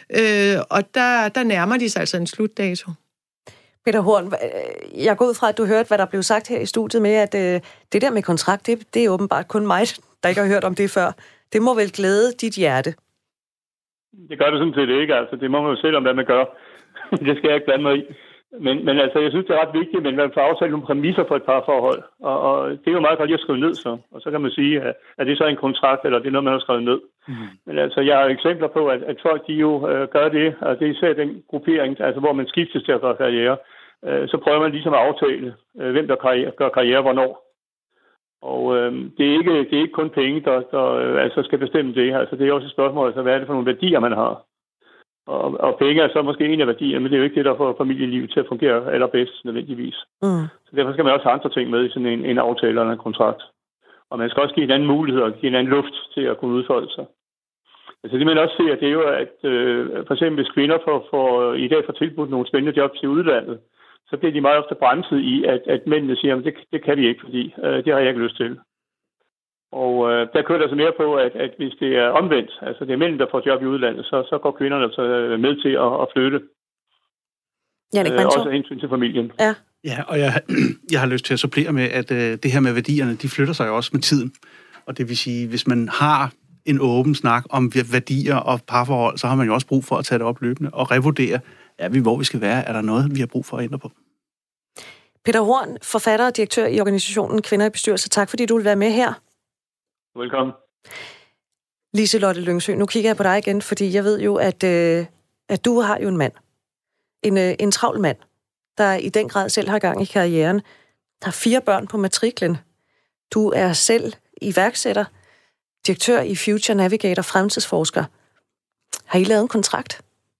Og der nærmer de sig altså en slutdato. Peter Horn, jeg går ud fra, at du hørte, hvad der blev sagt her i studiet med, at det der med kontrakt, det er åbenbart kun mig, der ikke har hørt om det før. Det må vel glæde dit hjerte? Det gør det sådan set ikke, altså. Det må man jo selv om, hvad man gør. Det skal jeg ikke blande mig i. Men altså, jeg synes, det er ret vigtigt, men man får aftalt nogle præmisser for et parforhold. Og det er jo meget godt lige at skrive ned så. Og så kan man sige, at det så er en kontrakt, eller det er noget, man har skrevet ned. Men altså, jeg har eksempler på, at folk, de jo gør det, og det er især den gruppering, altså hvor man skiftes til at gøre karriere. Så prøver man ligesom at aftale, hvem der gør karriere hvornår. Og det er ikke kun penge, der altså skal bestemme det. Altså, det er også et spørgsmål, altså, hvad er det for nogle værdier, man har? Og penge er så måske en af værdierne, men det er jo ikke det, der får familielivet til at fungere allerbedst nødvendigvis. Så derfor skal man også have andre ting med i sådan en aftale eller en kontrakt. Og man skal også give en anden mulighed og give en anden luft til at kunne udfolde sig. Altså det man også ser, det er jo, at for eksempel hvis kvinder i dag får tilbudt nogle spændende jobs i udlandet, så bliver de meget ofte bremset i, at mændene siger, at det kan vi ikke, fordi det har jeg ikke lyst til. Og der kører der så mere på, at hvis det er omvendt, altså det er mænd, der får job i udlandet, så går kvinderne så med til at flytte. Også hensyn til familien. Ja, og jeg har lyst til at supplere med, at det her med værdierne, de flytter sig jo også med tiden. Og det vil sige, hvis man har en åben snak om værdier og parforhold, så har man jo også brug for at tage det op løbende og revurdere, hvor vi skal være, er der noget, vi har brug for at ændre på. Peter Horn, forfatter og direktør i organisationen Kvinder i Bestyrelse. Tak fordi du vil være med her. Velkommen. Liselotte Lyngsø, nu kigger jeg på dig igen, fordi jeg ved jo, at du har jo en mand. En travl mand, der i den grad selv har gang i karrieren. Der er 4 børn på matriklen. Du er selv iværksætter, direktør i Future Navigator, fremtidsforsker. Har I lavet en kontrakt?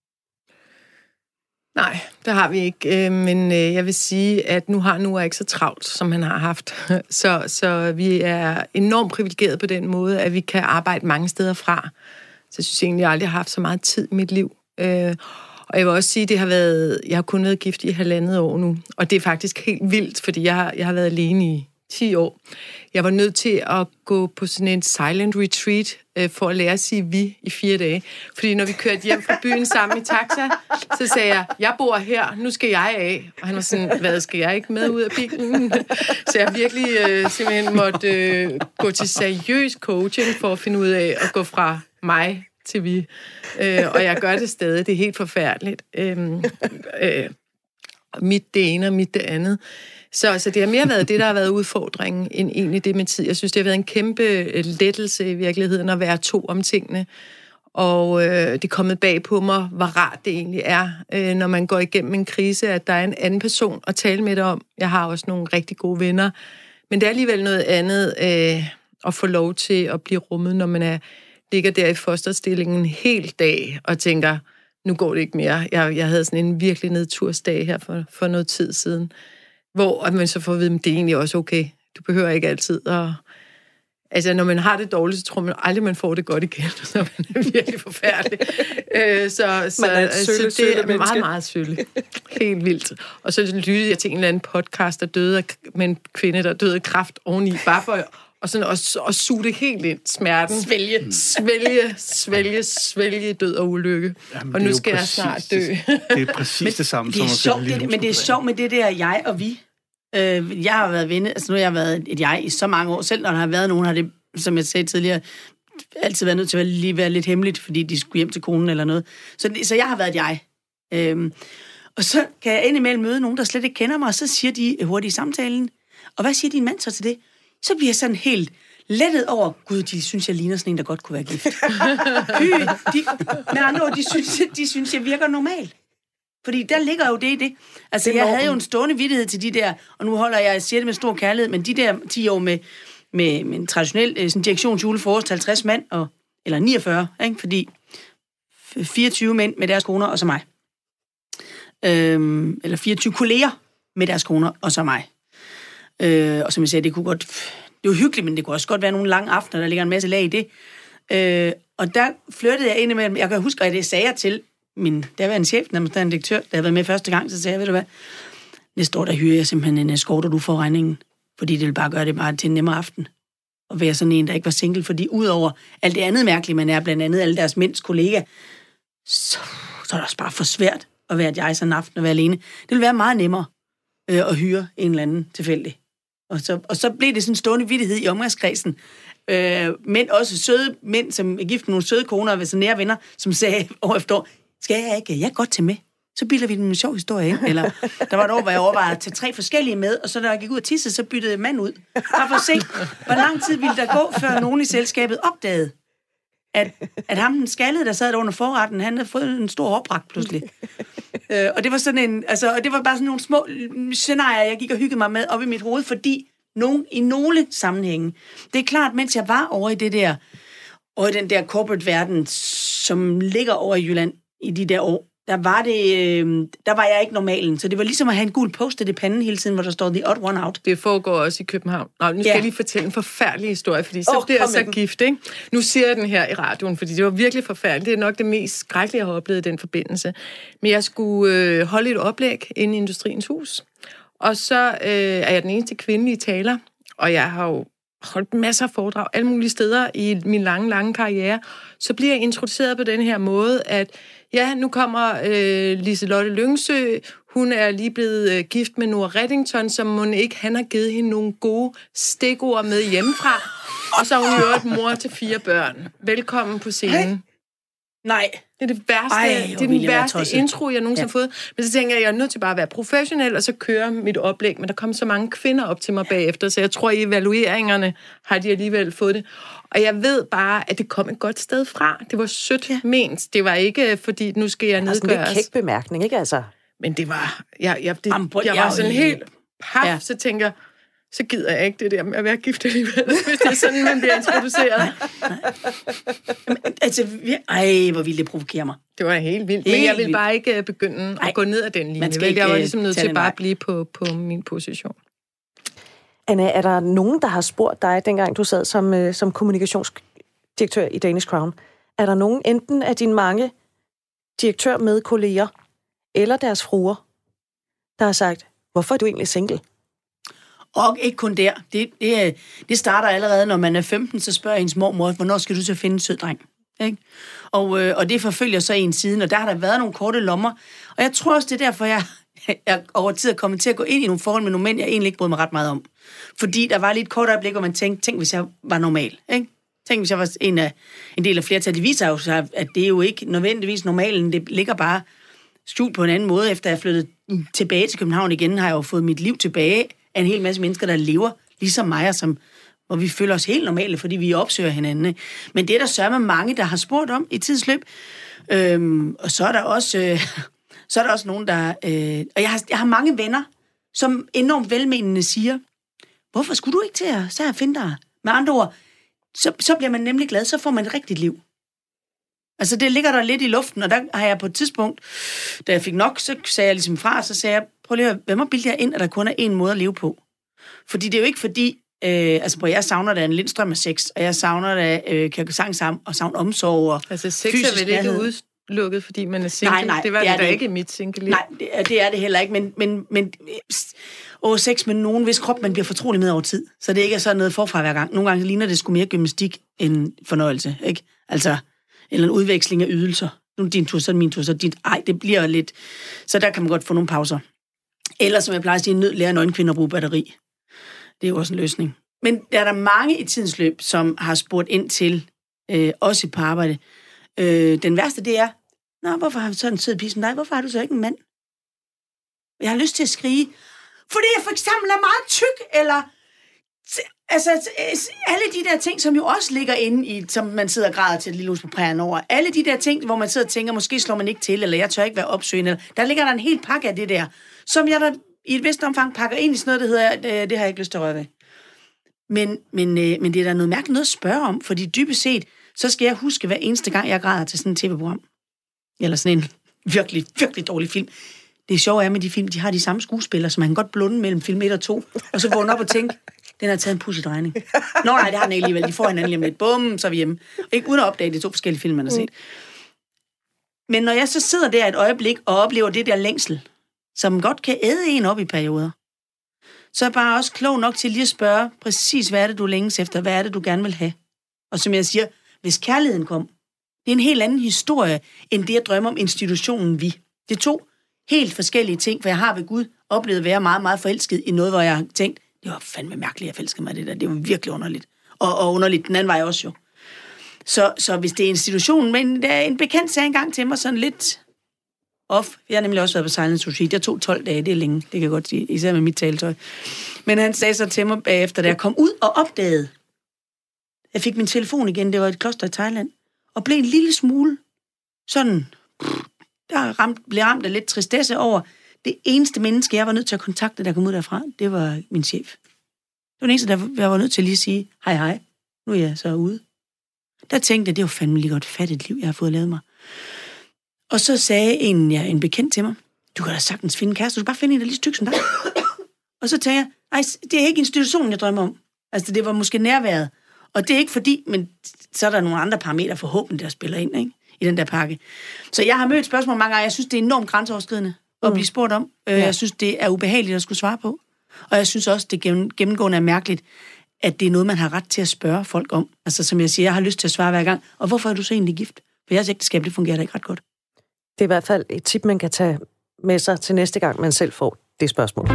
Nej, det har vi ikke, men jeg vil sige, at nu har Noah ikke så travlt, som han har haft. Så vi er enormt privilegeret på den måde, at vi kan arbejde mange steder fra. Så jeg synes egentlig, jeg aldrig har haft så meget tid i mit liv. Og jeg vil også sige, at jeg har kun været gift i 1,5 år nu, og det er faktisk helt vildt, fordi jeg har været alene i 10 år. Jeg var nødt til at gå på sådan en silent retreat for at lære at sige vi i 4 dage. Fordi når vi kørte hjem fra byen sammen i taxa, så sagde jeg bor her, nu skal jeg af. Og han var sådan, hvad, skal jeg ikke med ud af bilen? Så jeg virkelig simpelthen måtte gå til seriøs coaching for at finde ud af at gå fra mig til vi. Og jeg gør det stadig, det er helt forfærdeligt. Mit det ene og mit det andet. Så det har mere været det, der har været udfordringen, end egentlig det med tid. Jeg synes, det har været en kæmpe lettelse i virkeligheden at være 2 om tingene. Og det er kommet bag på mig, hvor rart det egentlig er, når man går igennem en krise, at der er en anden person at tale med dig om. Jeg har også nogle rigtig gode venner. Men det er alligevel noget andet at få lov til at blive rummet, når man ligger der i fosterstillingen en hel dag og tænker, nu går det ikke mere. Jeg havde sådan en virkelig nedtursdag her for noget tid siden, hvor man så får at vide, at det er egentlig også okay. Du behøver ikke altid at... Altså, når man har det dårligt, så tror man aldrig, man får det godt igen, så man er virkelig forfærdelig. Så det er meget, meget sølle. Helt vildt. Og så lyttede jeg til en eller anden podcast, der døde med en kvinde, der døde af kræft oveni, bare for og sådan og suge det helt ind, smerten. Svælge, død og ulykke. Jamen, og nu skal jeg snart dø. Det er præcis det samme. Det er sjovt, men det er sjovt med det der jeg og vi. Jeg har været venner, altså nu har jeg været et jeg i så mange år. Selv når der har været nogen, har det, som jeg sagde tidligere, altid været nødt til at lige være lidt hemmeligt, fordi de skulle hjem til konen eller noget. Så jeg har været et jeg. Og så kan jeg indimellem møde nogen, der slet ikke kender mig, og så siger de hurtigt i samtalen, og hvad siger din mand så til det? Så bliver jeg sådan helt lettet over, gud, de synes, jeg ligner sådan en, der godt kunne være gift. Med andre ord, de synes, jeg virker normalt. Fordi der ligger jo det i det. Altså, jeg havde jo en stående vittighed til de der, og nu holder jeg siger det med stor kærlighed, men de der 10 år med en traditionel direktionsjule til 50 mand, eller 49, ikke? Fordi 24 mænd med deres koner, og så mig. Eller 24 kolleger med deres koner, og så mig. Og som jeg sagde, det kunne godt... Det var hyggeligt, men det kunne også godt være nogle lange aftener, der ligger en masse lag i det. Og der flyttede jeg indimellem... Jeg kan huske, at det sagde jeg til min daværende chef, der en direktør, der havde været med første gang, så sagde jeg, ved du hvad, næste år, der hyrer jeg simpelthen en escort, og du får regningen, fordi det vil bare gøre det bare til en nemmere aften. Og være sådan en, der ikke var single, fordi udover alt det andet mærkelige, man er, blandt andet alle deres mænds kollega, så er det også bare for svært at være et jeg sådan en aften og være alene. Det vil være meget nemmere at hyre en eller anden tilfældig. Og så blev det sådan en stående vittighed i omgangskredsen. Men også søde mænd, som er gift med nogle søde koner og så nære venner, som sagde år efter år, skal jeg ikke? Jeg kan godt tage med. Så bilder vi den en sjov historie ind. Eller der var et år, hvor jeg overvejede at tage 3 forskellige med, og så da jeg gik ud og tisse, så byttede jeg mand ud. Bare for at se, hvor lang tid ville der gå, før nogen i selskabet opdagede, at ham den skaldede, der sad der under forretten, han havde fået en stor hårbragt pludselig. Og det var sådan en, og det var bare sådan nogle små scenarier, jeg gik og hyggede mig med op i mit hoved, fordi i nogle sammenhænge. Det er klart, mens jeg var over i det der, over i den der corporate verden, som ligger over i Jylland i de der år, der var jeg ikke normalen. Så det var ligesom at have en gul post-it i panden hele tiden, hvor der står The Odd One Out. Det foregår også i København. Nå, nu skal jeg lige fortælle en forfærdelig historie, fordi så bliver jeg så gift, ikke? Nu siger jeg den her i radioen, fordi det var virkelig forfærdeligt. Det er nok det mest skrækkelige, jeg har oplevet i den forbindelse. Men jeg skulle holde et oplæg inde i Industriens Hus. Og så er jeg den eneste kvindelige taler, og jeg har jo holdt masser af foredrag alle mulige steder i min lange karriere. Så bliver jeg introduceret på den her måde, at ja, nu kommer Liselotte Lyngsø. Hun er lige blevet gift med Nora Reddington, som hun ikke, han har givet hende nogle gode stikord med hjemmefra. Og så har hun gjort mor til 4 børn. Velkommen på scenen. Hey. Nej. Det er det værste, det er den værste intro, jeg nogensinde har fået. Men så tænker jeg er nødt til bare at være professionel, og så køre mit oplæg. Men der kom så mange kvinder op til mig bagefter, så jeg tror, i evalueringerne har de alligevel fået det. Og jeg ved bare, at det kom et godt sted fra. Det var sødt ment. Det var ikke, fordi nu skal jeg nedgøres. Det er sådan en kæk bemærkning, ikke altså? Men det var... Jeg var sådan helt paf, så tænker så gider jeg ikke det der med at være gift alligevel, hvis det er sådan, man bliver introduceret. Altså, hvor ville det provokere mig. Det var helt vildt. Men jeg vil bare ikke begynde at gå ned ad den linje. Jeg var ligesom nødt til bare at blive på min position. Anna, er der nogen, der har spurgt dig, dengang du sad som kommunikationsdirektør i Danish Crown? Er der nogen, enten af dine mange direktør med kolleger, eller deres fruer, der har sagt, hvorfor er du egentlig single? Og ikke kun der. Det starter allerede, når man er 15, så spørger ens mormor, hvornår skal du så finde en sød dreng? Ikke? Og det forfølger så en siden, og der har der været nogle korte lommer. Og jeg tror også, det er derfor, jeg over tid er kommet til at gå ind i nogle forhold med nogle mænd, jeg egentlig ikke brød mig ret meget om. Fordi der var lidt kort øjeblik, hvor man tænk hvis jeg var normal. Ikke? Tænk, hvis jeg var en del af flertal. Det viser jo sig, at det er jo ikke nødvendigvis normalen. Det ligger bare skjult på en anden måde. Efter jeg flyttede tilbage til København igen, har jeg jo fået mit liv tilbage af en hel masse mennesker, der lever ligesom mig, hvor vi føler os helt normale, fordi vi opsøger hinanden. Ikke? Men det er der sørme mange, der har spurgt om i tidsløb. Og så er der også nogen, der... og jeg har mange venner, som enormt velmenende siger, hvorfor skulle du ikke til at finde dig? Med andre ord, så bliver man nemlig glad, så får man et rigtigt liv. Altså, det ligger der lidt i luften, og der har jeg på et tidspunkt, da jeg fik nok, så sagde jeg ligesom fra, så sagde jeg, prøv lige at hvem har bildet jer ind, at der kun er én måde at leve på? Fordi det er jo ikke fordi, jeg savner da en lindstrøm af sex, og jeg savner da sang og savn omsorg og altså, sex er vel ikke udelukket, fordi man er single? Nej, det var det da ikke i mit single-liv. Nej, det er det heller ikke, men sex med nogen, hvis krop man bliver fortrolig med over tid, så det ikke er sådan noget forfra hver gang. Nogle gange ligner det sgu mere gymnastik end fornøjelse, ikke? Altså, eller en udveksling af ydelser. Nu er din tur, så er min tur, så er din... Ej, det bliver lidt... Så der kan man godt få nogle pauser. Eller, som jeg plejer at sige, nød lærer nøgenkvinder at bruge batteri. Det er jo også en løsning. Men der er der mange i tidens løb, som har spurgt ind til, også på arbejde. Den værste, det er, hvorfor har du så en sød pige som dig? Hvorfor har du så ikke en mand? Jeg har lyst til at skrige, fordi jeg for eksempel er meget tyk, eller... Altså, alle de der ting, som jo også ligger inde i, som man sidder og græder til et lille hus på prærien over. Alle de der ting, hvor man sidder og tænker, måske slår man ikke til, eller jeg tør ikke være opsøgende. Der ligger der en hel pakke af det der, som jeg der i et vist omfang pakker ind i sådan noget, der hedder, det har jeg ikke lyst til at røre ved. Men det er der noget mærkeligt noget at spørge om, fordi dybest set, så skal jeg huske hver eneste gang, jeg græder til sådan en tv-program. Eller sådan en virkelig, virkelig dårlig film. Det sjove er med de film, de har de samme skuespillere, så man kan godt blunde mellem film 1 og 2, og så vågne op og tænke, den har taget en pudsig-drejning. Nå nej, det har den alligevel. De får hinanden lige om lidt. Bum, så er vi hjemme. Ikke uden at opdage de 2 forskellige film, man har set. Men når jeg så sidder der et øjeblik og oplever det der længsel, som godt kan æde en op i perioder, så er jeg bare også klog nok til lige at spørge præcis, hvad er det, du længes efter? Hvad er det, du gerne vil have? Og som jeg siger, hvis kærligheden kom, det er en helt anden historie, end det at drømme om institutionen vi. Det er 2 helt forskellige ting, for jeg har ved Gud oplevet at være meget, meget forelsket i noget, hvor jeg har tænkt, det var fandme mærkeligt, jeg forelskede mig det der. Det var virkelig underligt. Og underligt, den anden vej også jo. Så hvis det er institutionen, men der er en bekendt sagde engang til mig sådan lidt off. Jeg har nemlig også været på Silent Retreat. Jeg tog 12 dage, det er længe, det kan jeg godt sige, især med mit taletøj. Men han sagde så til mig bagefter, da jeg kom ud og opdagede, jeg fik min telefon igen, det var et kloster i Thailand, og blev en lille smule sådan, blev ramt af lidt tristesse over, det eneste menneske, jeg var nødt til at kontakte, der kom ud derfra, det var min chef. Det var den eneste, jeg var nødt til lige at sige, hej, nu er jeg så ude. Der tænkte jeg, det var fandme lige godt fattigt liv, jeg har fået lavet mig. Og så sagde en bekendt til mig, du kan da sagtens finde en kæreste, du kan bare finde en, der er lige stykke som dig. Og så tænkte jeg, nej, det er ikke institutionen, jeg drømmer om. Altså, det var måske nærværet. Og det er ikke fordi, men så er der nogle andre parametre forhåbentlig, der spiller ind, ikke? I den der pakke. Så jeg har mødt spørgsmål mange gange, jeg synes, det er enormt grænseoverskridende at blive spurgt om. Jeg synes, det er ubehageligt at skulle svare på. Og jeg synes også, det gennemgående er mærkeligt, at det er noget, man har ret til at spørge folk om. Altså, som jeg siger, jeg har lyst til at svare hver gang. Og hvorfor er du så egentlig gift? For jeres ægteskab, det fungerer da ikke ret godt. Det er i hvert fald et tip, man kan tage med sig til næste gang, man selv får det spørgsmål.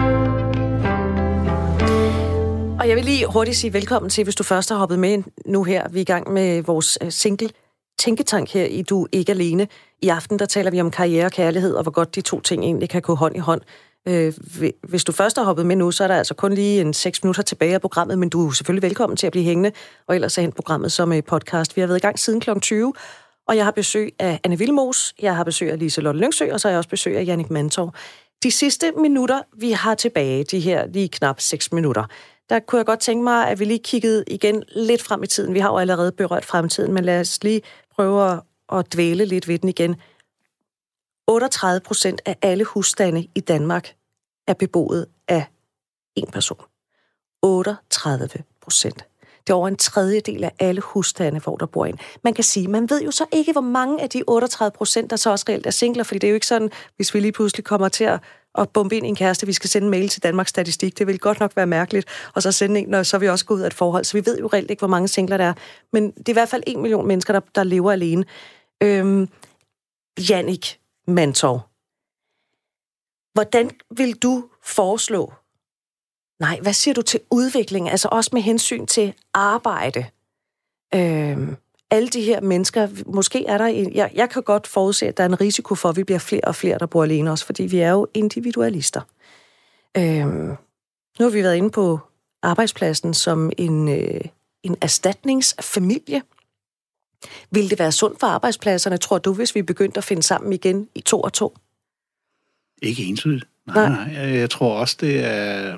Og jeg vil lige hurtigt sige velkommen til, hvis du først har hoppet med nu her. Vi er i gang med vores single tænketank her i Du Ikke Alene. I aften, der taler vi om karriere og kærlighed, og hvor godt de 2 ting egentlig kan gå hånd i hånd. Hvis du først har hoppet med nu, så er der altså kun lige 6 minutter tilbage af programmet, men du er selvfølgelig velkommen til at blive hængende, og ellers er programmet som podcast. Vi har været i gang siden kl. 20, og jeg har besøg af Anne Villemos, jeg har besøg af Liselotte Lyngsø, og så har jeg også besøg af Jannik Mantor. De sidste minutter, vi har tilbage, de her lige knap 6 minutter, der kunne jeg godt tænke mig, at vi lige kiggede igen lidt frem i tiden. Vi har jo allerede berørt fremtiden, men lad os lige prøve at dvæle lidt ved den igen. 38% af alle husstande i Danmark er beboet af en person. 38%. Det er over en tredjedel af alle husstande, hvor der bor en. Man kan sige, man ved jo så ikke, hvor mange af de 38%, der så også reelt er singler, fordi det er jo ikke sådan, hvis vi lige pludselig kommer til at bombe ind i en kæreste, vi skal sende en mail til Danmarks Statistik. Det vil godt nok være mærkeligt, og så sende en, når så vi også går ud af et forhold. Så vi ved jo reelt ikke, hvor mange singler der er. Men det er i hvert fald 1 million mennesker, der lever alene. Jannik Mantorv, hvordan vil du foreslå, hvad siger du til udvikling, altså også med hensyn til arbejde? Alle de her mennesker, måske er der jeg kan godt forudse, at der er en risiko for, at vi bliver flere og flere, der bor alene også, fordi vi er jo individualister. Nu har vi været inde på arbejdspladsen som en erstatningsfamilie. Vil det være sundt for arbejdspladserne, tror du, hvis vi begyndte at finde sammen igen i 2 og 2? Ikke entydigt. Nej. Jeg tror også, det er...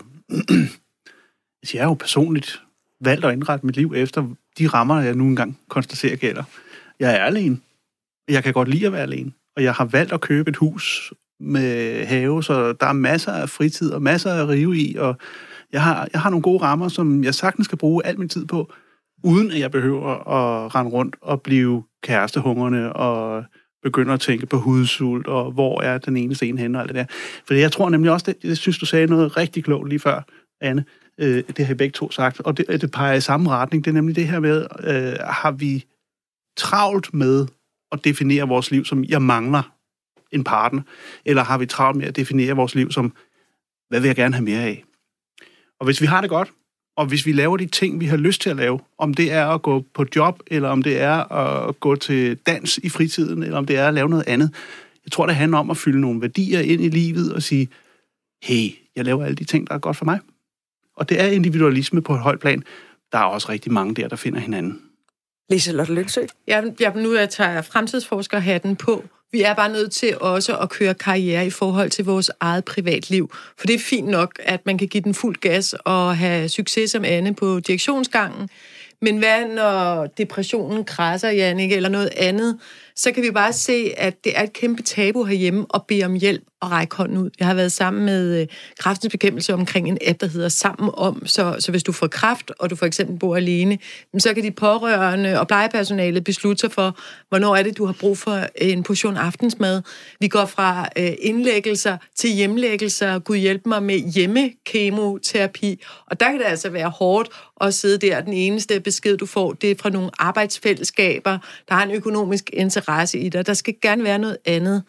Jeg er jo personligt valgt at indrette mit liv efter de rammer, jeg nu engang konstaterer gælder. Jeg er alene. Jeg kan godt lide at være alene. Og jeg har valgt at købe et hus med have, så der er masser af fritid og masser af at rive i, og jeg har nogle gode rammer, som jeg sagtens skal bruge al min tid på, uden at jeg behøver at rende rundt og blive kærestehungrende og begynder at tænke på hudsult, og hvor er den ene sten henne og alt det der. For jeg tror nemlig også, det synes du sagde noget rigtig klogt lige før, Anne. Det har I begge to sagt, og det peger i samme retning. Det er nemlig det her med, har vi travlt med at definere vores liv som, jeg mangler en partner, eller har vi travlt med at definere vores liv som, hvad vil jeg gerne have mere af? Og hvis vi har det godt, og hvis vi laver de ting, vi har lyst til at lave, om det er at gå på job, eller om det er at gå til dans i fritiden, eller om det er at lave noget andet. Jeg tror, det handler om at fylde nogle værdier ind i livet og sige, hey, jeg laver alle de ting, der er godt for mig. Og det er individualisme på et højt plan. Der er også rigtig mange der finder hinanden. Liselotte Lyngsø? Nu tager jeg fremtidsforskerhatten på. Vi er bare nødt til også at køre karriere i forhold til vores eget privatliv. For det er fint nok, at man kan give den fuld gas og have succes som Anne på direktionsgangen. Men hvad når depressionen krasser, Jannik, eller noget andet? Så kan vi bare se, at det er et kæmpe tabu herhjemme at bede om hjælp og række hånden ud. Jeg har været sammen med Kræftens Bekæmpelse omkring en app, der hedder Sammen Om. Så hvis du får kræft, og du for eksempel bor alene, så kan de pårørende og plejepersonalet beslutte sig for, hvornår er det, du har brug for en portion aftensmad. Vi går fra indlæggelser til hjemlæggelser. Gud hjælpe mig med hjemmekemoterapi. Og der kan det altså være hårdt at sidde der. Den eneste besked, du får, det er fra nogle arbejdsfællesskaber, der har en økonomisk interesse i dig. Der skal gerne være noget andet.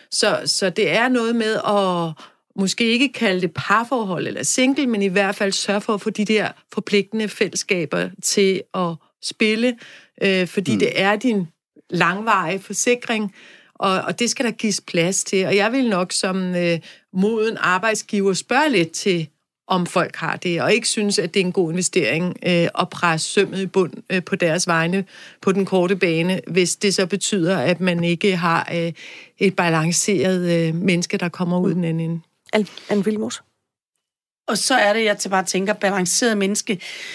Så det er noget med at måske ikke kalde det parforhold eller single, men i hvert fald sørge for at få de der forpligtende fællesskaber til at spille, fordi det er din langvarige forsikring, og det skal der gives plads til. Og jeg vil nok som moden arbejdsgiver spørge lidt til, om folk har det, og ikke synes, at det er en god investering at presse sømmet i bund på deres vegne på den korte bane, hvis det så betyder, at man ikke har et balanceret menneske, der kommer ud den anden. Anne Vilmos. Og så er det, jeg bare tænker, balanceret menneske.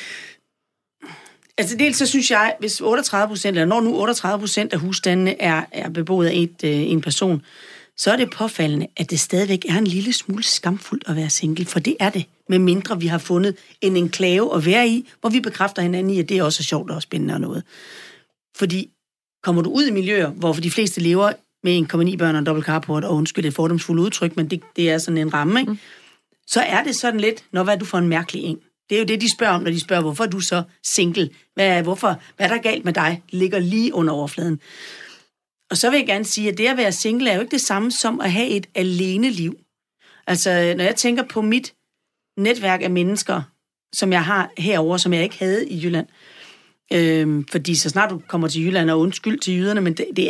Altså dels så synes jeg, hvis 38%, eller når nu 38% af husstandene er beboet af en person, så er det påfaldende, at det stadigvæk er en lille smule skamfuldt at være single, for det er det, med mindre vi har fundet en enklave at være i, hvor vi bekræfter hinanden i, at det er også sjovt og spændende og noget. Fordi kommer du ud i miljøer, hvor de fleste lever med 1,9 børn og en dobbelt carport, og undskyld det fordomsfulde udtryk, men det er sådan en ramme, ikke? Så er det sådan lidt, hvad er du for en mærkelig en? Det er jo det, de spørger om, når de spørger, hvorfor er du så single? Hvad er der galt med dig? Det ligger lige under overfladen. Og så vil jeg gerne sige, at det at være single er jo ikke det samme som at have et alene liv. Altså, når jeg tænker på mit netværk af mennesker, som jeg har herover, som jeg ikke havde i Jylland, fordi så snart du kommer til Jylland, og undskyld til jyderne, men det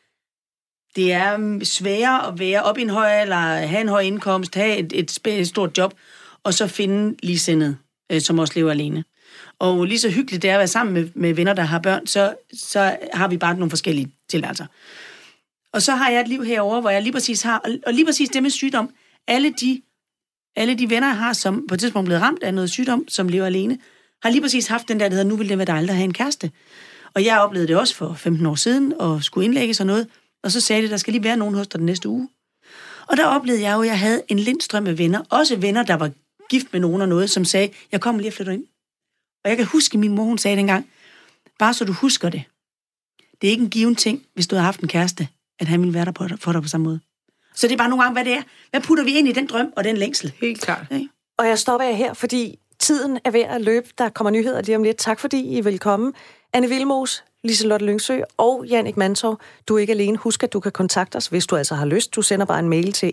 er sværere at være op i en høj eller have en høj indkomst, have et stort job, og så finde ligesindede, som også lever alene. Og lige så hyggeligt det er at være sammen med venner, der har børn, så har vi bare nogle forskellige tilværelser. Og så har jeg et liv herover, hvor jeg lige præcis har, og lige præcis det med sygdom, alle de venner, jeg har, som på et tidspunkt er blevet ramt af noget sygdom, som lever alene, har lige præcis haft den der hedder, nu vil det være dejligt at have en kæreste. Og jeg oplevede det også for 15 år siden, og skulle indlægge sådan noget, og så sagde det, der skal lige være nogen hos dig den næste uge. Og der oplevede jeg jo, at jeg havde en lindstrøm af venner, også venner, der var gift med nogen og noget, som sagde, jeg kommer lige og flytter ind. Og jeg kan huske, min mor, hun sagde dengang, bare så du husker det. Det er ikke en given ting, hvis du har haft en kæreste, at han ville være der for dig på samme måde. Så det er bare nogle gange, hvad det er. Hvad putter vi ind i den drøm og den længsel? Helt klart. Okay. Og jeg stopper jer her, fordi tiden er ved at løbe. Der kommer nyheder lige om lidt. Tak fordi I vil komme. Anne Willemoes, Liselotte Lyngsø og Jannik Mantorp. Du er ikke alene. Husk, at du kan kontakte os, hvis du altså har lyst. Du sender bare en mail til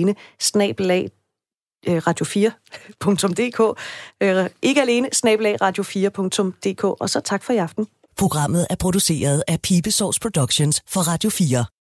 ikkealene@radio4.dk. ikkealene@radio4.dk. Og så tak for i aften. Programmet er produceret af Pibesovs Productions for Radio 4.